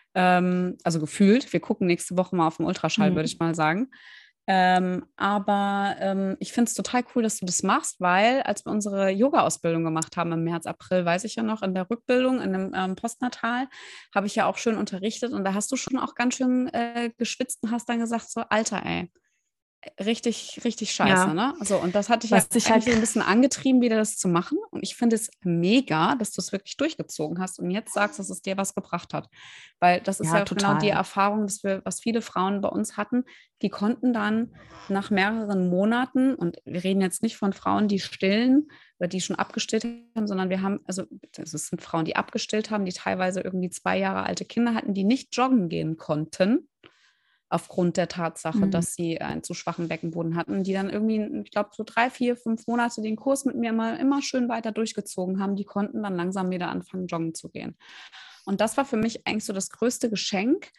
Ähm, also gefühlt. Wir gucken nächste Woche mal auf den Ultraschall, mhm. würde ich mal sagen. Ähm, aber ähm, ich finde es total cool, dass du das machst, weil als wir unsere Yoga-Ausbildung gemacht haben im März, April, weiß ich ja noch, in der Rückbildung, in dem ähm, Postnatal, habe ich ja auch schön unterrichtet und da hast du schon auch ganz schön äh, geschwitzt und hast dann gesagt, so Alter, ey, richtig, richtig scheiße, ja. ne? So, und das hatte ich Was ja ich eigentlich halt so ein bisschen angetrieben, wieder das zu machen. Und ich finde es mega, dass du es wirklich durchgezogen hast und jetzt sagst, dass es dir was gebracht hat. Weil das ist ja, ja auch genau die total. Erfahrung, dass wir, was viele Frauen bei uns hatten, die konnten dann nach mehreren Monaten, und wir reden jetzt nicht von Frauen, die stillen oder die schon abgestillt haben, sondern wir haben, also es sind Frauen, die abgestillt haben, die teilweise irgendwie zwei Jahre alte Kinder hatten, die nicht joggen gehen konnten, aufgrund der Tatsache, mhm. dass sie einen zu schwachen Beckenboden hatten, die dann irgendwie, ich glaube, so drei, vier, fünf Monate den Kurs mit mir immer, immer schön weiter durchgezogen haben. Die konnten dann langsam wieder anfangen, joggen zu gehen. Und das war für mich eigentlich so das größte Geschenk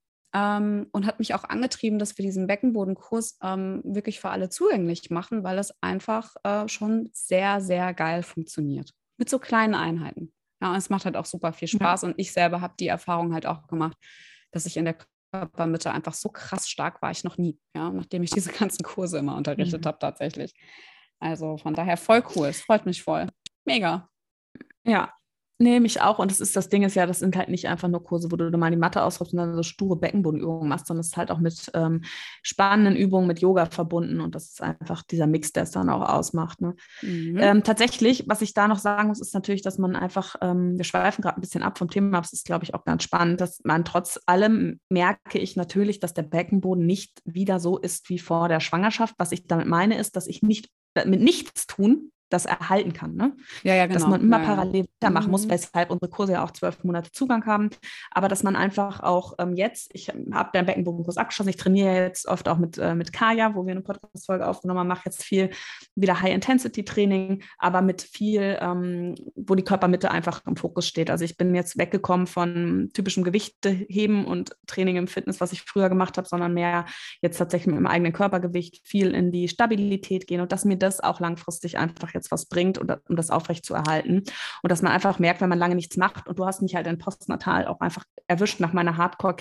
ähm, und hat mich auch angetrieben, dass wir diesen Beckenbodenkurs ähm, wirklich für alle zugänglich machen, weil es einfach äh, schon sehr, sehr geil funktioniert. Mit so kleinen Einheiten. Ja, und es macht halt auch super viel Spaß. Ja. Und ich selber habe die Erfahrung halt auch gemacht, dass ich in der Körpermitte einfach so krass stark war ich noch nie, ja, nachdem ich diese ganzen Kurse immer unterrichtet mhm. habe tatsächlich. Also von daher voll cool, es freut mich voll. Mega. Ja, nee, mich auch. Und das ist das Ding ist ja, das sind halt nicht einfach nur Kurse, wo du mal die Matte ausrollst und dann so sture Beckenbodenübungen machst, sondern es ist halt auch mit ähm, spannenden Übungen, mit Yoga verbunden. Und das ist einfach dieser Mix, der es dann auch ausmacht. Ne? Mhm. Ähm, tatsächlich, was ich da noch sagen muss, ist natürlich, dass man einfach, ähm, wir schweifen gerade ein bisschen ab vom Thema, aber es ist, glaube ich, auch ganz spannend, dass man trotz allem merke ich natürlich, dass der Beckenboden nicht wieder so ist wie vor der Schwangerschaft. Was ich damit meine, ist, dass ich nicht mit nichts tun das erhalten kann. Ne? Ja, ja, genau. Dass man immer ja, parallel ja. machen mhm. muss, weshalb unsere Kurse ja auch zwölf Monate Zugang haben. Aber dass man einfach auch ähm, jetzt, ich habe den Beckenbodenkurs abgeschlossen, ich trainiere jetzt oft auch mit, äh, mit Kaya, wo wir eine Podcast-Folge aufgenommen haben, mache jetzt viel wieder High-Intensity-Training, aber mit viel, ähm, wo die Körpermitte einfach im Fokus steht. Also ich bin jetzt weggekommen von typischem Gewichteheben und Training im Fitness, was ich früher gemacht habe, sondern mehr jetzt tatsächlich mit dem eigenen Körpergewicht viel in die Stabilität gehen und dass mir das auch langfristig einfach jetzt was bringt, um das aufrecht zu erhalten. Und dass man einfach merkt, wenn man lange nichts macht und du hast mich halt in Postnatal auch einfach erwischt nach meiner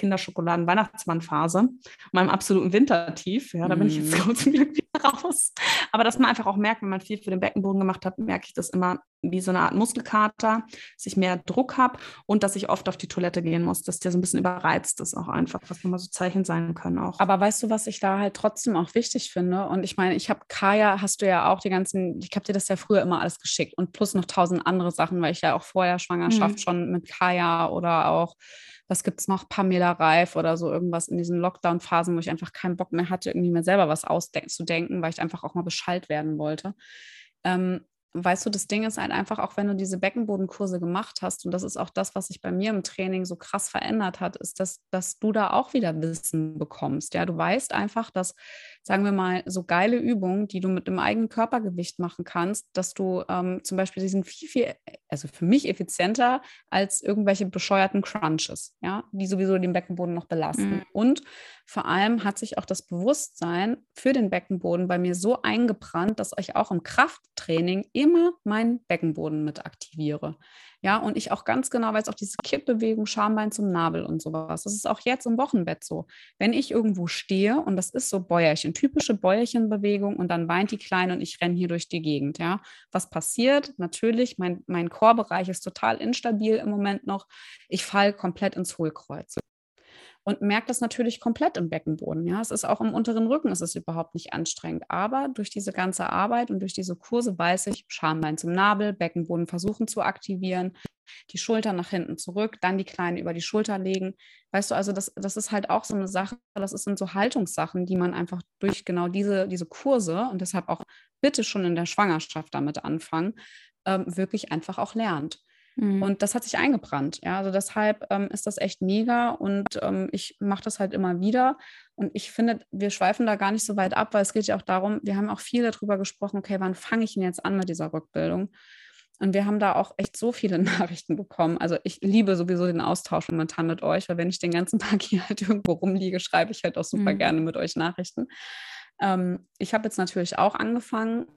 Hardcore-Kinderschokoladen-Weihnachtsmann-Phase, meinem absoluten Wintertief. Ja, da bin ich jetzt zum Glück wieder raus. Aber dass man einfach auch merkt, wenn man viel für den Beckenboden gemacht hat, merke ich das immer wie so eine Art Muskelkater, dass ich mehr Druck habe und dass ich oft auf die Toilette gehen muss, dass der so ein bisschen überreizt ist auch einfach, was nochmal so Zeichen sein können auch. Aber weißt du, was ich da halt trotzdem auch wichtig finde? Und ich meine, ich habe Kaya, hast du ja auch die ganzen, ich habe dir das ja früher immer alles geschickt und plus noch tausend andere Sachen, weil ich ja auch vor der Schwangerschaft mhm. schon mit Kaya oder auch, was gibt es noch, Pamela Reif oder so irgendwas in diesen Lockdown-Phasen, wo ich einfach keinen Bock mehr hatte, irgendwie mir selber was auszudenken, weil ich einfach auch mal Bescheid werden wollte. Ähm, Weißt du, das Ding ist halt einfach, auch wenn du diese Beckenbodenkurse gemacht hast, und das ist auch das, was sich bei mir im Training so krass verändert hat, ist, dass, dass du da auch wieder Wissen bekommst. Ja, du weißt einfach, dass, sagen wir mal, so geile Übungen, die du mit dem eigenen Körpergewicht machen kannst, dass du ähm, zum Beispiel, die sind viel, viel, also für mich effizienter als irgendwelche bescheuerten Crunches, ja, die sowieso den Beckenboden noch belasten. Mhm. Und vor allem hat sich auch das Bewusstsein für den Beckenboden bei mir so eingebrannt, dass ich auch im Krafttraining immer meinen Beckenboden mit aktiviere. Ja, und ich auch ganz genau weiß, auch diese Kippbewegung, Schambein zum Nabel und sowas. Das ist auch jetzt im Wochenbett so. Wenn ich irgendwo stehe und das ist so Bäuerchen, typische Bäuerchenbewegung und dann weint die Kleine und ich renne hier durch die Gegend, ja. Was passiert? Natürlich, mein, mein Chorbereich ist total instabil im Moment noch. Ich falle komplett ins Hohlkreuz. Und merkt das natürlich komplett im Beckenboden. Ja, es ist auch im unteren Rücken, es ist überhaupt nicht anstrengend. Aber durch diese ganze Arbeit und durch diese Kurse weiß ich, Schambein zum Nabel, Beckenboden versuchen zu aktivieren, die Schultern nach hinten zurück, dann die Kleine über die Schulter legen. Weißt du, also das, das ist halt auch so eine Sache, das sind so Haltungssachen, die man einfach durch genau diese, diese Kurse und deshalb auch bitte schon in der Schwangerschaft damit anfangen, ähm, wirklich einfach auch lernt. Und das hat sich eingebrannt. Ja, also deshalb ähm, ist das echt mega und ähm, ich mache das halt immer wieder. Und ich finde, wir schweifen da gar nicht so weit ab, weil es geht ja auch darum, wir haben auch viel darüber gesprochen, okay, wann fange ich denn jetzt an mit dieser Rückbildung? Und wir haben da auch echt so viele Nachrichten bekommen. Also ich liebe sowieso den Austausch momentan mit euch, weil wenn ich den ganzen Tag hier halt irgendwo rumliege, schreibe ich halt auch super mhm. gerne mit euch Nachrichten. Ähm, ich habe jetzt natürlich auch angefangen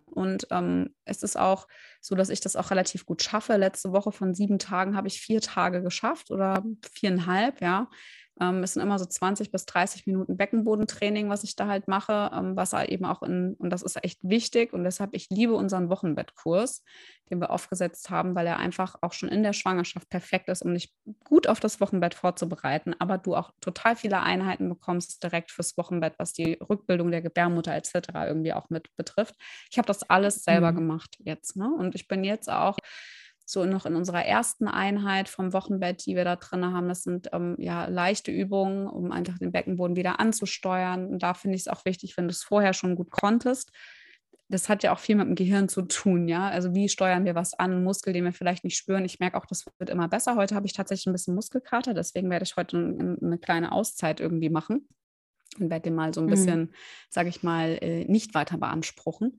Und ähm, es ist auch so, dass ich das auch relativ gut schaffe. Letzte Woche von sieben Tagen habe ich vier Tage geschafft oder viereinhalb, ja. Ähm, es sind immer so zwanzig bis dreißig Minuten Beckenbodentraining, was ich da halt mache, ähm, was halt eben auch in, und das ist echt wichtig. Und deshalb, ich liebe unseren Wochenbettkurs, den wir aufgesetzt haben, weil er einfach auch schon in der Schwangerschaft perfekt ist, um dich gut auf das Wochenbett vorzubereiten, aber du auch total viele Einheiten bekommst direkt fürs Wochenbett, was die Rückbildung der Gebärmutter et cetera irgendwie auch mit betrifft. Ich habe das alles selber Mhm. gemacht jetzt, ne? Und ich bin jetzt auch so noch in unserer ersten Einheit vom Wochenbett, die wir da drin haben. Das sind ähm, ja leichte Übungen, um einfach den Beckenboden wieder anzusteuern. Und da finde ich es auch wichtig, wenn du es vorher schon gut konntest. Das hat ja auch viel mit dem Gehirn zu tun, ja. Also wie steuern wir was an, einen Muskel, den wir vielleicht nicht spüren. Ich merke auch, das wird immer besser. Heute habe ich tatsächlich ein bisschen Muskelkater, deswegen werde ich heute ein, eine kleine Auszeit irgendwie machen und werde den mal so ein bisschen, mhm. sage ich mal, äh, nicht weiter beanspruchen.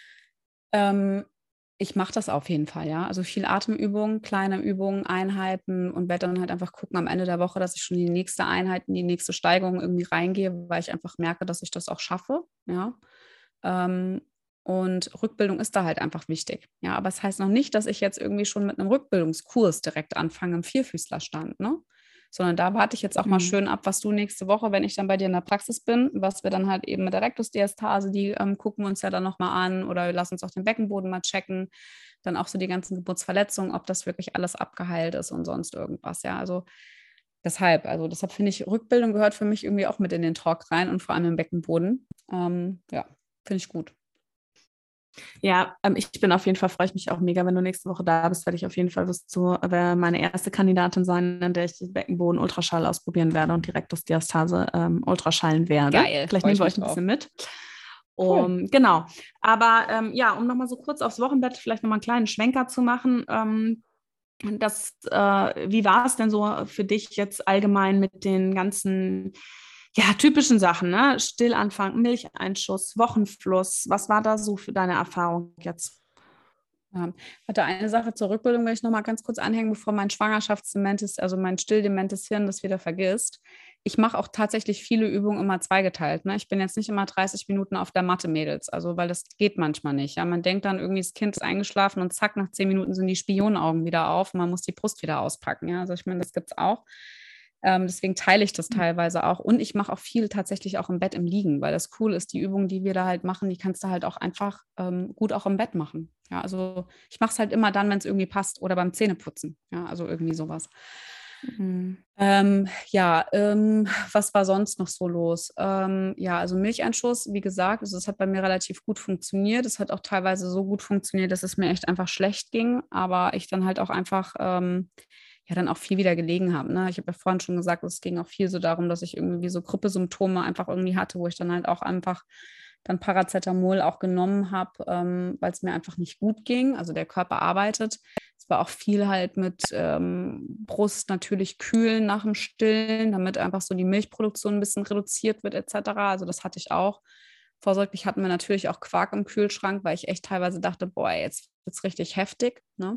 Ähm, Ich mache das auf jeden Fall, ja. Also viel Atemübungen, kleine Übungen, Einheiten und werde dann halt einfach gucken am Ende der Woche, dass ich schon die nächste Einheit, in die nächste Steigerung irgendwie reingehe, weil ich einfach merke, dass ich das auch schaffe, ja. Ähm, und Rückbildung ist da halt einfach wichtig, ja. Aber es das heißt noch nicht, dass ich jetzt irgendwie schon mit einem Rückbildungskurs direkt anfange im Vierfüßlerstand, ne? Sondern da warte ich jetzt auch mhm. mal schön ab, was du nächste Woche, wenn ich dann bei dir in der Praxis bin, was wir dann halt eben mit der Rektusdiastase, die ähm, gucken wir uns ja dann nochmal an oder lass uns auch den Beckenboden mal checken, dann auch so die ganzen Geburtsverletzungen, ob das wirklich alles abgeheilt ist und sonst irgendwas, ja, also deshalb, also deshalb finde ich, Rückbildung gehört für mich irgendwie auch mit in den Talk rein und vor allem im Beckenboden, ähm, ja, finde ich gut. Ja, ähm, ich bin auf jeden Fall, freue ich mich auch mega, wenn du nächste Woche da bist, werde ich auf jeden Fall wirst du äh, meine erste Kandidatin sein, in der ich den Beckenboden Ultraschall ausprobieren werde und die Rektusdiastase ähm, ultraschallen werde. Geil. Vielleicht nehmen wir euch ein bisschen mit. Cool. Um, genau. Aber ähm, ja, um nochmal so kurz aufs Wochenbett vielleicht nochmal einen kleinen Schwenker zu machen. Ähm, das, äh, wie war es denn so für dich jetzt allgemein mit den ganzen ja, typischen Sachen, ne? Stillanfang, Milcheinschuss, Wochenfluss. Was war da so für deine Erfahrung jetzt? Ja. Hatte eine Sache zur Rückbildung, will ich noch mal ganz kurz anhängen, bevor mein Schwangerschaftsdementes, also mein stilldementes Hirn das wieder vergisst. Ich mache auch tatsächlich viele Übungen immer zweigeteilt. Ne? Ich bin jetzt nicht immer dreißig Minuten auf der Matte, Mädels, also weil das geht manchmal nicht. Ja? Man denkt dann irgendwie, das Kind ist eingeschlafen und zack, nach zehn Minuten sind die Spionenaugen wieder auf und man muss die Brust wieder auspacken. Ja? Also ich meine, das gibt es auch. Ähm, deswegen teile ich das teilweise auch. Und ich mache auch viel tatsächlich auch im Bett im Liegen, weil das cool ist, die Übungen, die wir da halt machen, die kannst du halt auch einfach ähm, gut auch im Bett machen. Ja, also ich mache es halt immer dann, wenn es irgendwie passt oder beim Zähneputzen. Ja, also irgendwie sowas. Mhm. Ähm, ja, ähm, was war sonst noch so los? Ähm, ja, also Milcheinschuss, wie gesagt, also das hat bei mir relativ gut funktioniert. Es hat auch teilweise so gut funktioniert, dass es mir echt einfach schlecht ging, aber ich dann halt auch einfach ähm, ja dann auch viel wieder gelegen habe. Ne? Ich habe ja vorhin schon gesagt, es ging auch viel so darum, dass ich irgendwie so Grippesymptome einfach irgendwie hatte, wo ich dann halt auch einfach dann Paracetamol auch genommen habe, ähm, weil es mir einfach nicht gut ging. Also der Körper arbeitet. Es war auch viel halt mit ähm, Brust natürlich kühlen nach dem Stillen, damit einfach so die Milchproduktion ein bisschen reduziert wird et cetera. Also das hatte ich auch. Vorsorglich hatten wir natürlich auch Quark im Kühlschrank, weil ich echt teilweise dachte, boah, jetzt wird es richtig heftig, ne?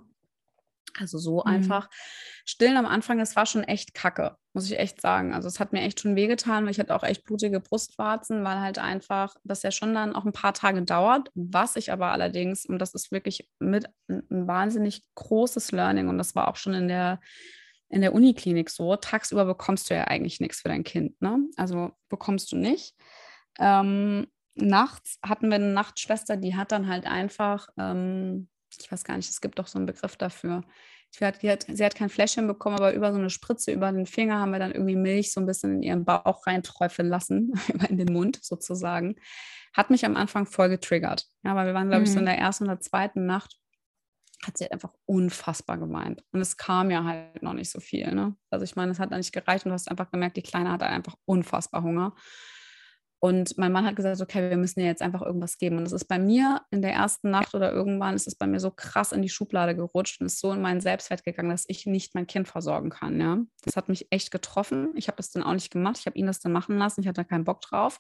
Also so mhm. einfach. Stillen am Anfang, das war schon echt kacke, muss ich echt sagen. Also es hat mir echt schon wehgetan, weil ich hatte auch echt blutige Brustwarzen, weil halt einfach das ja schon dann auch ein paar Tage dauert. Was ich aber allerdings, und das ist wirklich mit ein wahnsinnig großes Learning und das war auch schon in der, in der Uniklinik so, tagsüber bekommst du ja eigentlich nichts für dein Kind, ne? Also bekommst du nicht. Ähm, nachts hatten wir eine Nachtschwester, die hat dann halt einfach... Ähm, ich weiß gar nicht, es gibt doch so einen Begriff dafür. Sie hat, hat, sie hat kein Fläschchen bekommen, aber über so eine Spritze über den Finger haben wir dann irgendwie Milch so ein bisschen in ihren Bauch reinträufeln lassen, in den Mund sozusagen. Hat mich am Anfang voll getriggert. Ja, weil wir waren, glaube mhm. ich, so in der ersten oder zweiten Nacht, hat sie halt einfach unfassbar gemeint. Und es kam ja halt noch nicht so viel. Ne? Also ich meine, es hat dann nicht gereicht und du hast einfach gemerkt, die Kleine hat einfach unfassbar Hunger. Und mein Mann hat gesagt, okay, wir müssen ihr jetzt einfach irgendwas geben. Und das ist bei mir in der ersten Nacht oder irgendwann ist es bei mir so krass in die Schublade gerutscht und ist so in meinen Selbstwert gegangen, dass ich nicht mein Kind versorgen kann. Ja? Das hat mich echt getroffen. Ich habe das dann auch nicht gemacht. Ich habe ihn das dann machen lassen. Ich hatte da keinen Bock drauf.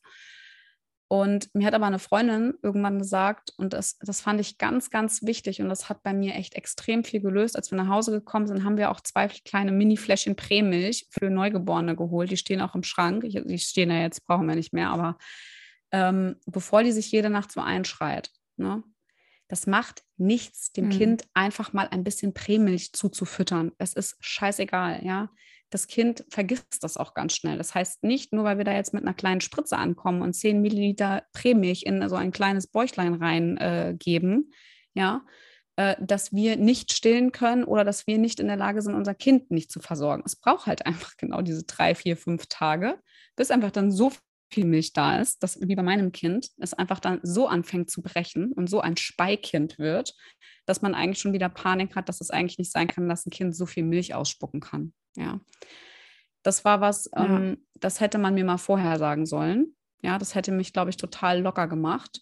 Und mir hat aber eine Freundin irgendwann gesagt, und das, das fand ich ganz, ganz wichtig und das hat bei mir echt extrem viel gelöst. Als wir nach Hause gekommen sind, haben wir auch zwei kleine Mini-Fläschchen Prämilch für Neugeborene geholt. Die stehen auch im Schrank. Ich, die stehen ja jetzt, brauchen wir nicht mehr. Aber ähm, bevor die sich jede Nacht so einschreit, ne, Das macht nichts, dem mhm. Kind einfach mal ein bisschen Prämilch zuzufüttern. Es ist scheißegal, ja. Das Kind vergisst das auch ganz schnell. Das heißt nicht, nur weil wir da jetzt mit einer kleinen Spritze ankommen und zehn Milliliter Prämilch in so ein kleines Bäuchlein reingeben, äh, ja, äh, dass wir nicht stillen können oder dass wir nicht in der Lage sind, unser Kind nicht zu versorgen. Es braucht halt einfach genau diese drei, vier, fünf Tage, bis einfach dann so viel Milch da ist, dass wie bei meinem Kind es einfach dann so anfängt zu brechen und so ein Speikind wird, dass man eigentlich schon wieder Panik hat, dass es eigentlich nicht sein kann, dass ein Kind so viel Milch ausspucken kann. Ja, das war was, ja. ähm, das hätte man mir mal vorher sagen sollen. Ja, das hätte mich, glaube ich, total locker gemacht.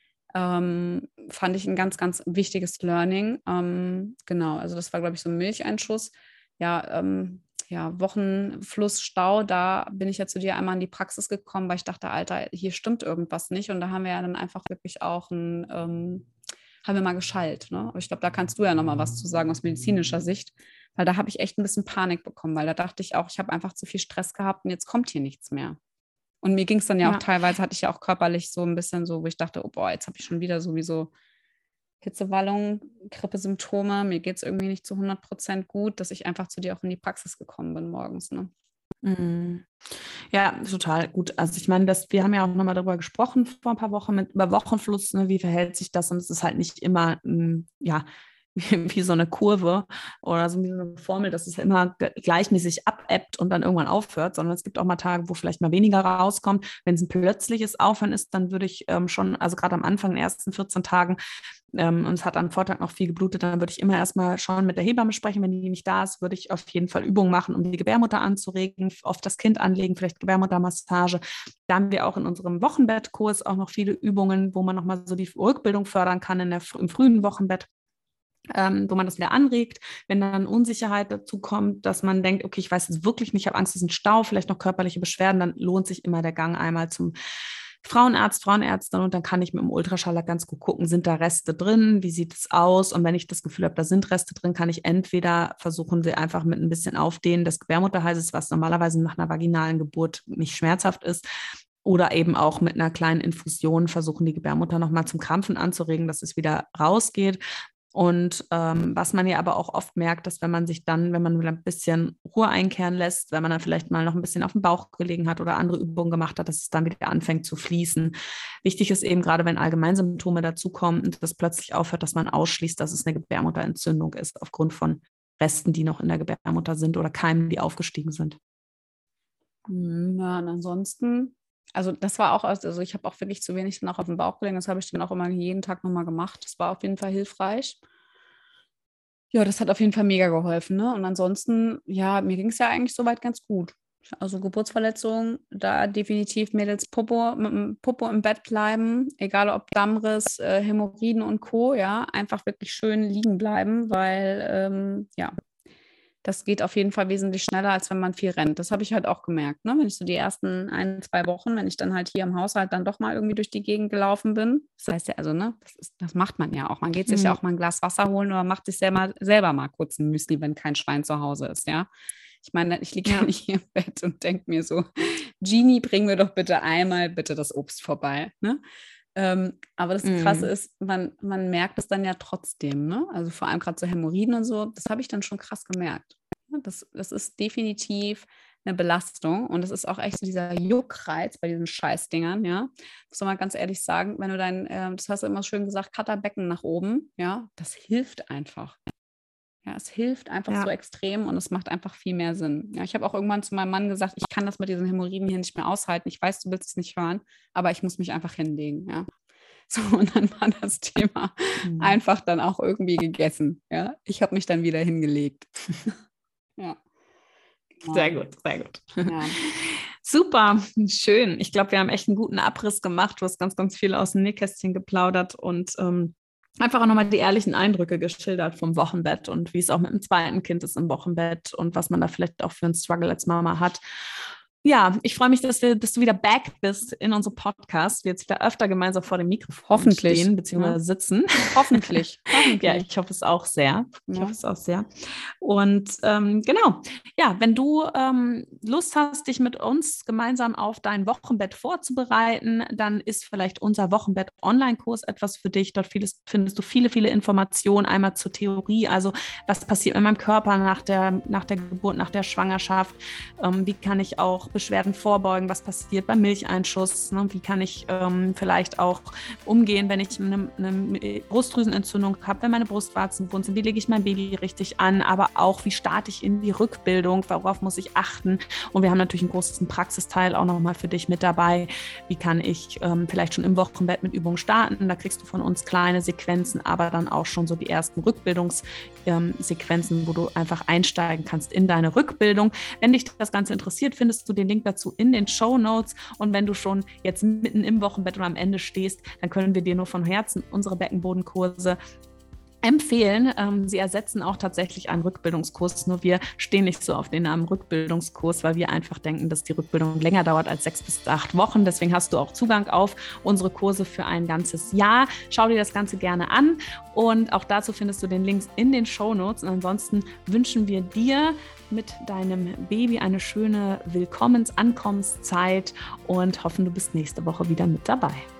Ähm, fand ich ein ganz, ganz wichtiges Learning. Ähm, genau, also das war, glaube ich, so ein Milcheinschuss. Ja, ähm, ja, Wochenflussstau, da bin ich ja zu dir einmal in die Praxis gekommen, weil ich dachte, Alter, hier stimmt irgendwas nicht. Und da haben wir ja dann einfach wirklich auch ein, ähm, haben wir mal geschallt. Ne? Aber ich glaube, da kannst du ja nochmal was zu sagen aus medizinischer Sicht, weil da habe ich echt ein bisschen Panik bekommen, weil da dachte ich auch, ich habe einfach zu viel Stress gehabt und jetzt kommt hier nichts mehr. Und mir ging es dann ja, ja auch teilweise, hatte ich ja auch körperlich so ein bisschen so, wo ich dachte, oh boah, jetzt habe ich schon wieder sowieso Hitzewallung, Grippesymptome, mir geht es irgendwie nicht zu hundert Prozent gut, dass ich einfach zu dir auch in die Praxis gekommen bin morgens. Ne? Mhm. Ja, total gut. Also ich meine, dass wir haben ja auch nochmal darüber gesprochen vor ein paar Wochen mit über Wochenfluss, ne, wie verhält sich das? Und es ist halt nicht immer, m, ja, wie, wie so eine Kurve oder so wie so eine Formel, dass es immer gleichmäßig abebbt und dann irgendwann aufhört, sondern es gibt auch mal Tage, wo vielleicht mal weniger rauskommt. Wenn es ein plötzliches Aufhören ist, dann würde ich ähm, schon, also gerade am Anfang, in den ersten vierzehn Tagen, ähm, und es hat am Vortag noch viel geblutet, dann würde ich immer erstmal schauen, mit der Hebamme sprechen. Wenn die nicht da ist, würde ich auf jeden Fall Übungen machen, um die Gebärmutter anzuregen, auf das Kind anlegen, vielleicht Gebärmuttermassage. Da haben wir auch in unserem Wochenbettkurs auch noch viele Übungen, wo man nochmal so die Rückbildung fördern kann in der, im frühen Wochenbett. Ähm, wo man das wieder anregt, wenn dann Unsicherheit dazu kommt, dass man denkt, okay, ich weiß jetzt wirklich nicht, ich habe Angst, es ist ein Stau, vielleicht noch körperliche Beschwerden, dann lohnt sich immer der Gang einmal zum Frauenarzt, Frauenärztin und dann kann ich mit dem Ultraschall ganz gut gucken, sind da Reste drin, wie sieht es aus und wenn ich das Gefühl habe, da sind Reste drin, kann ich entweder versuchen, sie einfach mit ein bisschen Aufdehnen des Gebärmutterhalses, was normalerweise nach einer vaginalen Geburt nicht schmerzhaft ist, oder eben auch mit einer kleinen Infusion versuchen, die Gebärmutter nochmal zum Krampfen anzuregen, dass es wieder rausgeht. Und ähm, was man ja aber auch oft merkt, dass wenn man sich dann, wenn man wieder ein bisschen Ruhe einkehren lässt, wenn man dann vielleicht mal noch ein bisschen auf dem Bauch gelegen hat oder andere Übungen gemacht hat, dass es dann wieder anfängt zu fließen. Wichtig ist eben gerade, wenn Allgemeinsymptome dazukommen und das plötzlich aufhört, dass man ausschließt, dass es eine Gebärmutterentzündung ist aufgrund von Resten, die noch in der Gebärmutter sind oder Keimen, die aufgestiegen sind. Ja, und ansonsten, also das war auch, also ich habe auch wirklich zu wenig dann auch auf dem Bauch gelegen, das habe ich dann auch immer jeden Tag nochmal gemacht. Das war auf jeden Fall hilfreich. Ja, das hat auf jeden Fall mega geholfen, ne? Und ansonsten, ja, mir ging es ja eigentlich soweit ganz gut. Also Geburtsverletzung, da definitiv Mädels Popo, mit dem Popo im Bett bleiben, egal ob Dammriss, äh, Hämorrhoiden und Co., ja, einfach wirklich schön liegen bleiben, weil, ähm, ja, das geht auf jeden Fall wesentlich schneller, als wenn man viel rennt. Das habe ich halt auch gemerkt, ne? Wenn ich so die ersten ein, zwei Wochen, wenn ich dann halt hier im Haushalt dann doch mal irgendwie durch die Gegend gelaufen bin. Das heißt ja, also, ne, das, ist, das macht man ja auch. Man geht sich mhm. ja auch mal ein Glas Wasser holen oder macht sich selber, selber mal kurz ein Müsli, wenn kein Schwein zu Hause ist, ja. Ich meine, ich liege ja nicht hier im Bett und denke mir so, Genie, bring mir doch bitte einmal bitte das Obst vorbei, ne? Ähm, aber das mm. Krasse ist, man, man merkt es dann ja trotzdem, ne? Also vor allem gerade so Hämorrhoiden und so, das habe ich dann schon krass gemerkt. Das, das ist definitiv eine Belastung und das ist auch echt so dieser Juckreiz bei diesen Scheißdingern, ja. Muss man mal ganz ehrlich sagen, wenn du dein, äh, das hast du immer schön gesagt, Cutterbecken nach oben, ja, das hilft einfach. Ja, es hilft einfach ja. so extrem und es macht einfach viel mehr Sinn. Ja, ich habe auch irgendwann zu meinem Mann gesagt, ich kann das mit diesen Hämorrhoiden hier nicht mehr aushalten. Ich weiß, du willst es nicht hören, aber ich muss mich einfach hinlegen. Ja. So, und dann war das Thema mhm. einfach dann auch irgendwie gegessen. Ja, ich habe mich dann wieder hingelegt. ja. Genau. Sehr gut, sehr gut. Ja. Super, schön. Ich glaube, wir haben echt einen guten Abriss gemacht. Du hast ganz, ganz viel aus dem Nähkästchen geplaudert und ähm, einfach auch nochmal die ehrlichen Eindrücke geschildert vom Wochenbett und wie es auch mit dem zweiten Kind ist im Wochenbett und was man da vielleicht auch für einen Struggle als Mama hat. Ja, ich freue mich, dass, wir, dass du wieder back bist in unserem Podcast. Wir jetzt wieder öfter gemeinsam vor dem Mikrofon Hoffentlich. stehen bzw. Ja. sitzen. Hoffentlich. Hoffentlich. Ja, ich hoffe es auch sehr. Ich Ja. hoffe es auch sehr. Und ähm, genau, ja, wenn du ähm, Lust hast, dich mit uns gemeinsam auf dein Wochenbett vorzubereiten, dann ist vielleicht unser Wochenbett-Online-Kurs etwas für dich. Dort vieles, findest du viele, viele Informationen, einmal zur Theorie, also was passiert in meinem Körper nach der, nach der Geburt, nach der Schwangerschaft, ähm, wie kann ich auch Beschwerden vorbeugen, was passiert beim Milcheinschuss, ne? Wie kann ich ähm, vielleicht auch umgehen, wenn ich eine, eine Brustdrüsenentzündung habe, wenn meine Brustwarzen wund sind, wie lege ich mein Baby richtig an, aber auch, wie starte ich in die Rückbildung, worauf muss ich achten, und wir haben natürlich einen großen Praxisteil auch nochmal für dich mit dabei, wie kann ich ähm, vielleicht schon im Wochenbett mit Übungen starten, da kriegst du von uns kleine Sequenzen, aber dann auch schon so die ersten Rückbildungssequenzen, ähm, wo du einfach einsteigen kannst in deine Rückbildung. Wenn dich das Ganze interessiert, findest du den Link dazu in den Shownotes. Und wenn du schon jetzt mitten im Wochenbett und am Ende stehst, dann können wir dir nur von Herzen unsere Beckenbodenkurse empfehlen. Ähm, sie ersetzen auch tatsächlich einen Rückbildungskurs, nur wir stehen nicht so auf den Namen Rückbildungskurs, weil wir einfach denken, dass die Rückbildung länger dauert als sechs bis acht Wochen. Deswegen hast du auch Zugang auf unsere Kurse für ein ganzes Jahr. Schau dir das Ganze gerne an und auch dazu findest du den Links in den Shownotes. Und ansonsten wünschen wir dir mit deinem Baby eine schöne Willkommens-Ankommenszeit und hoffen, du bist nächste Woche wieder mit dabei.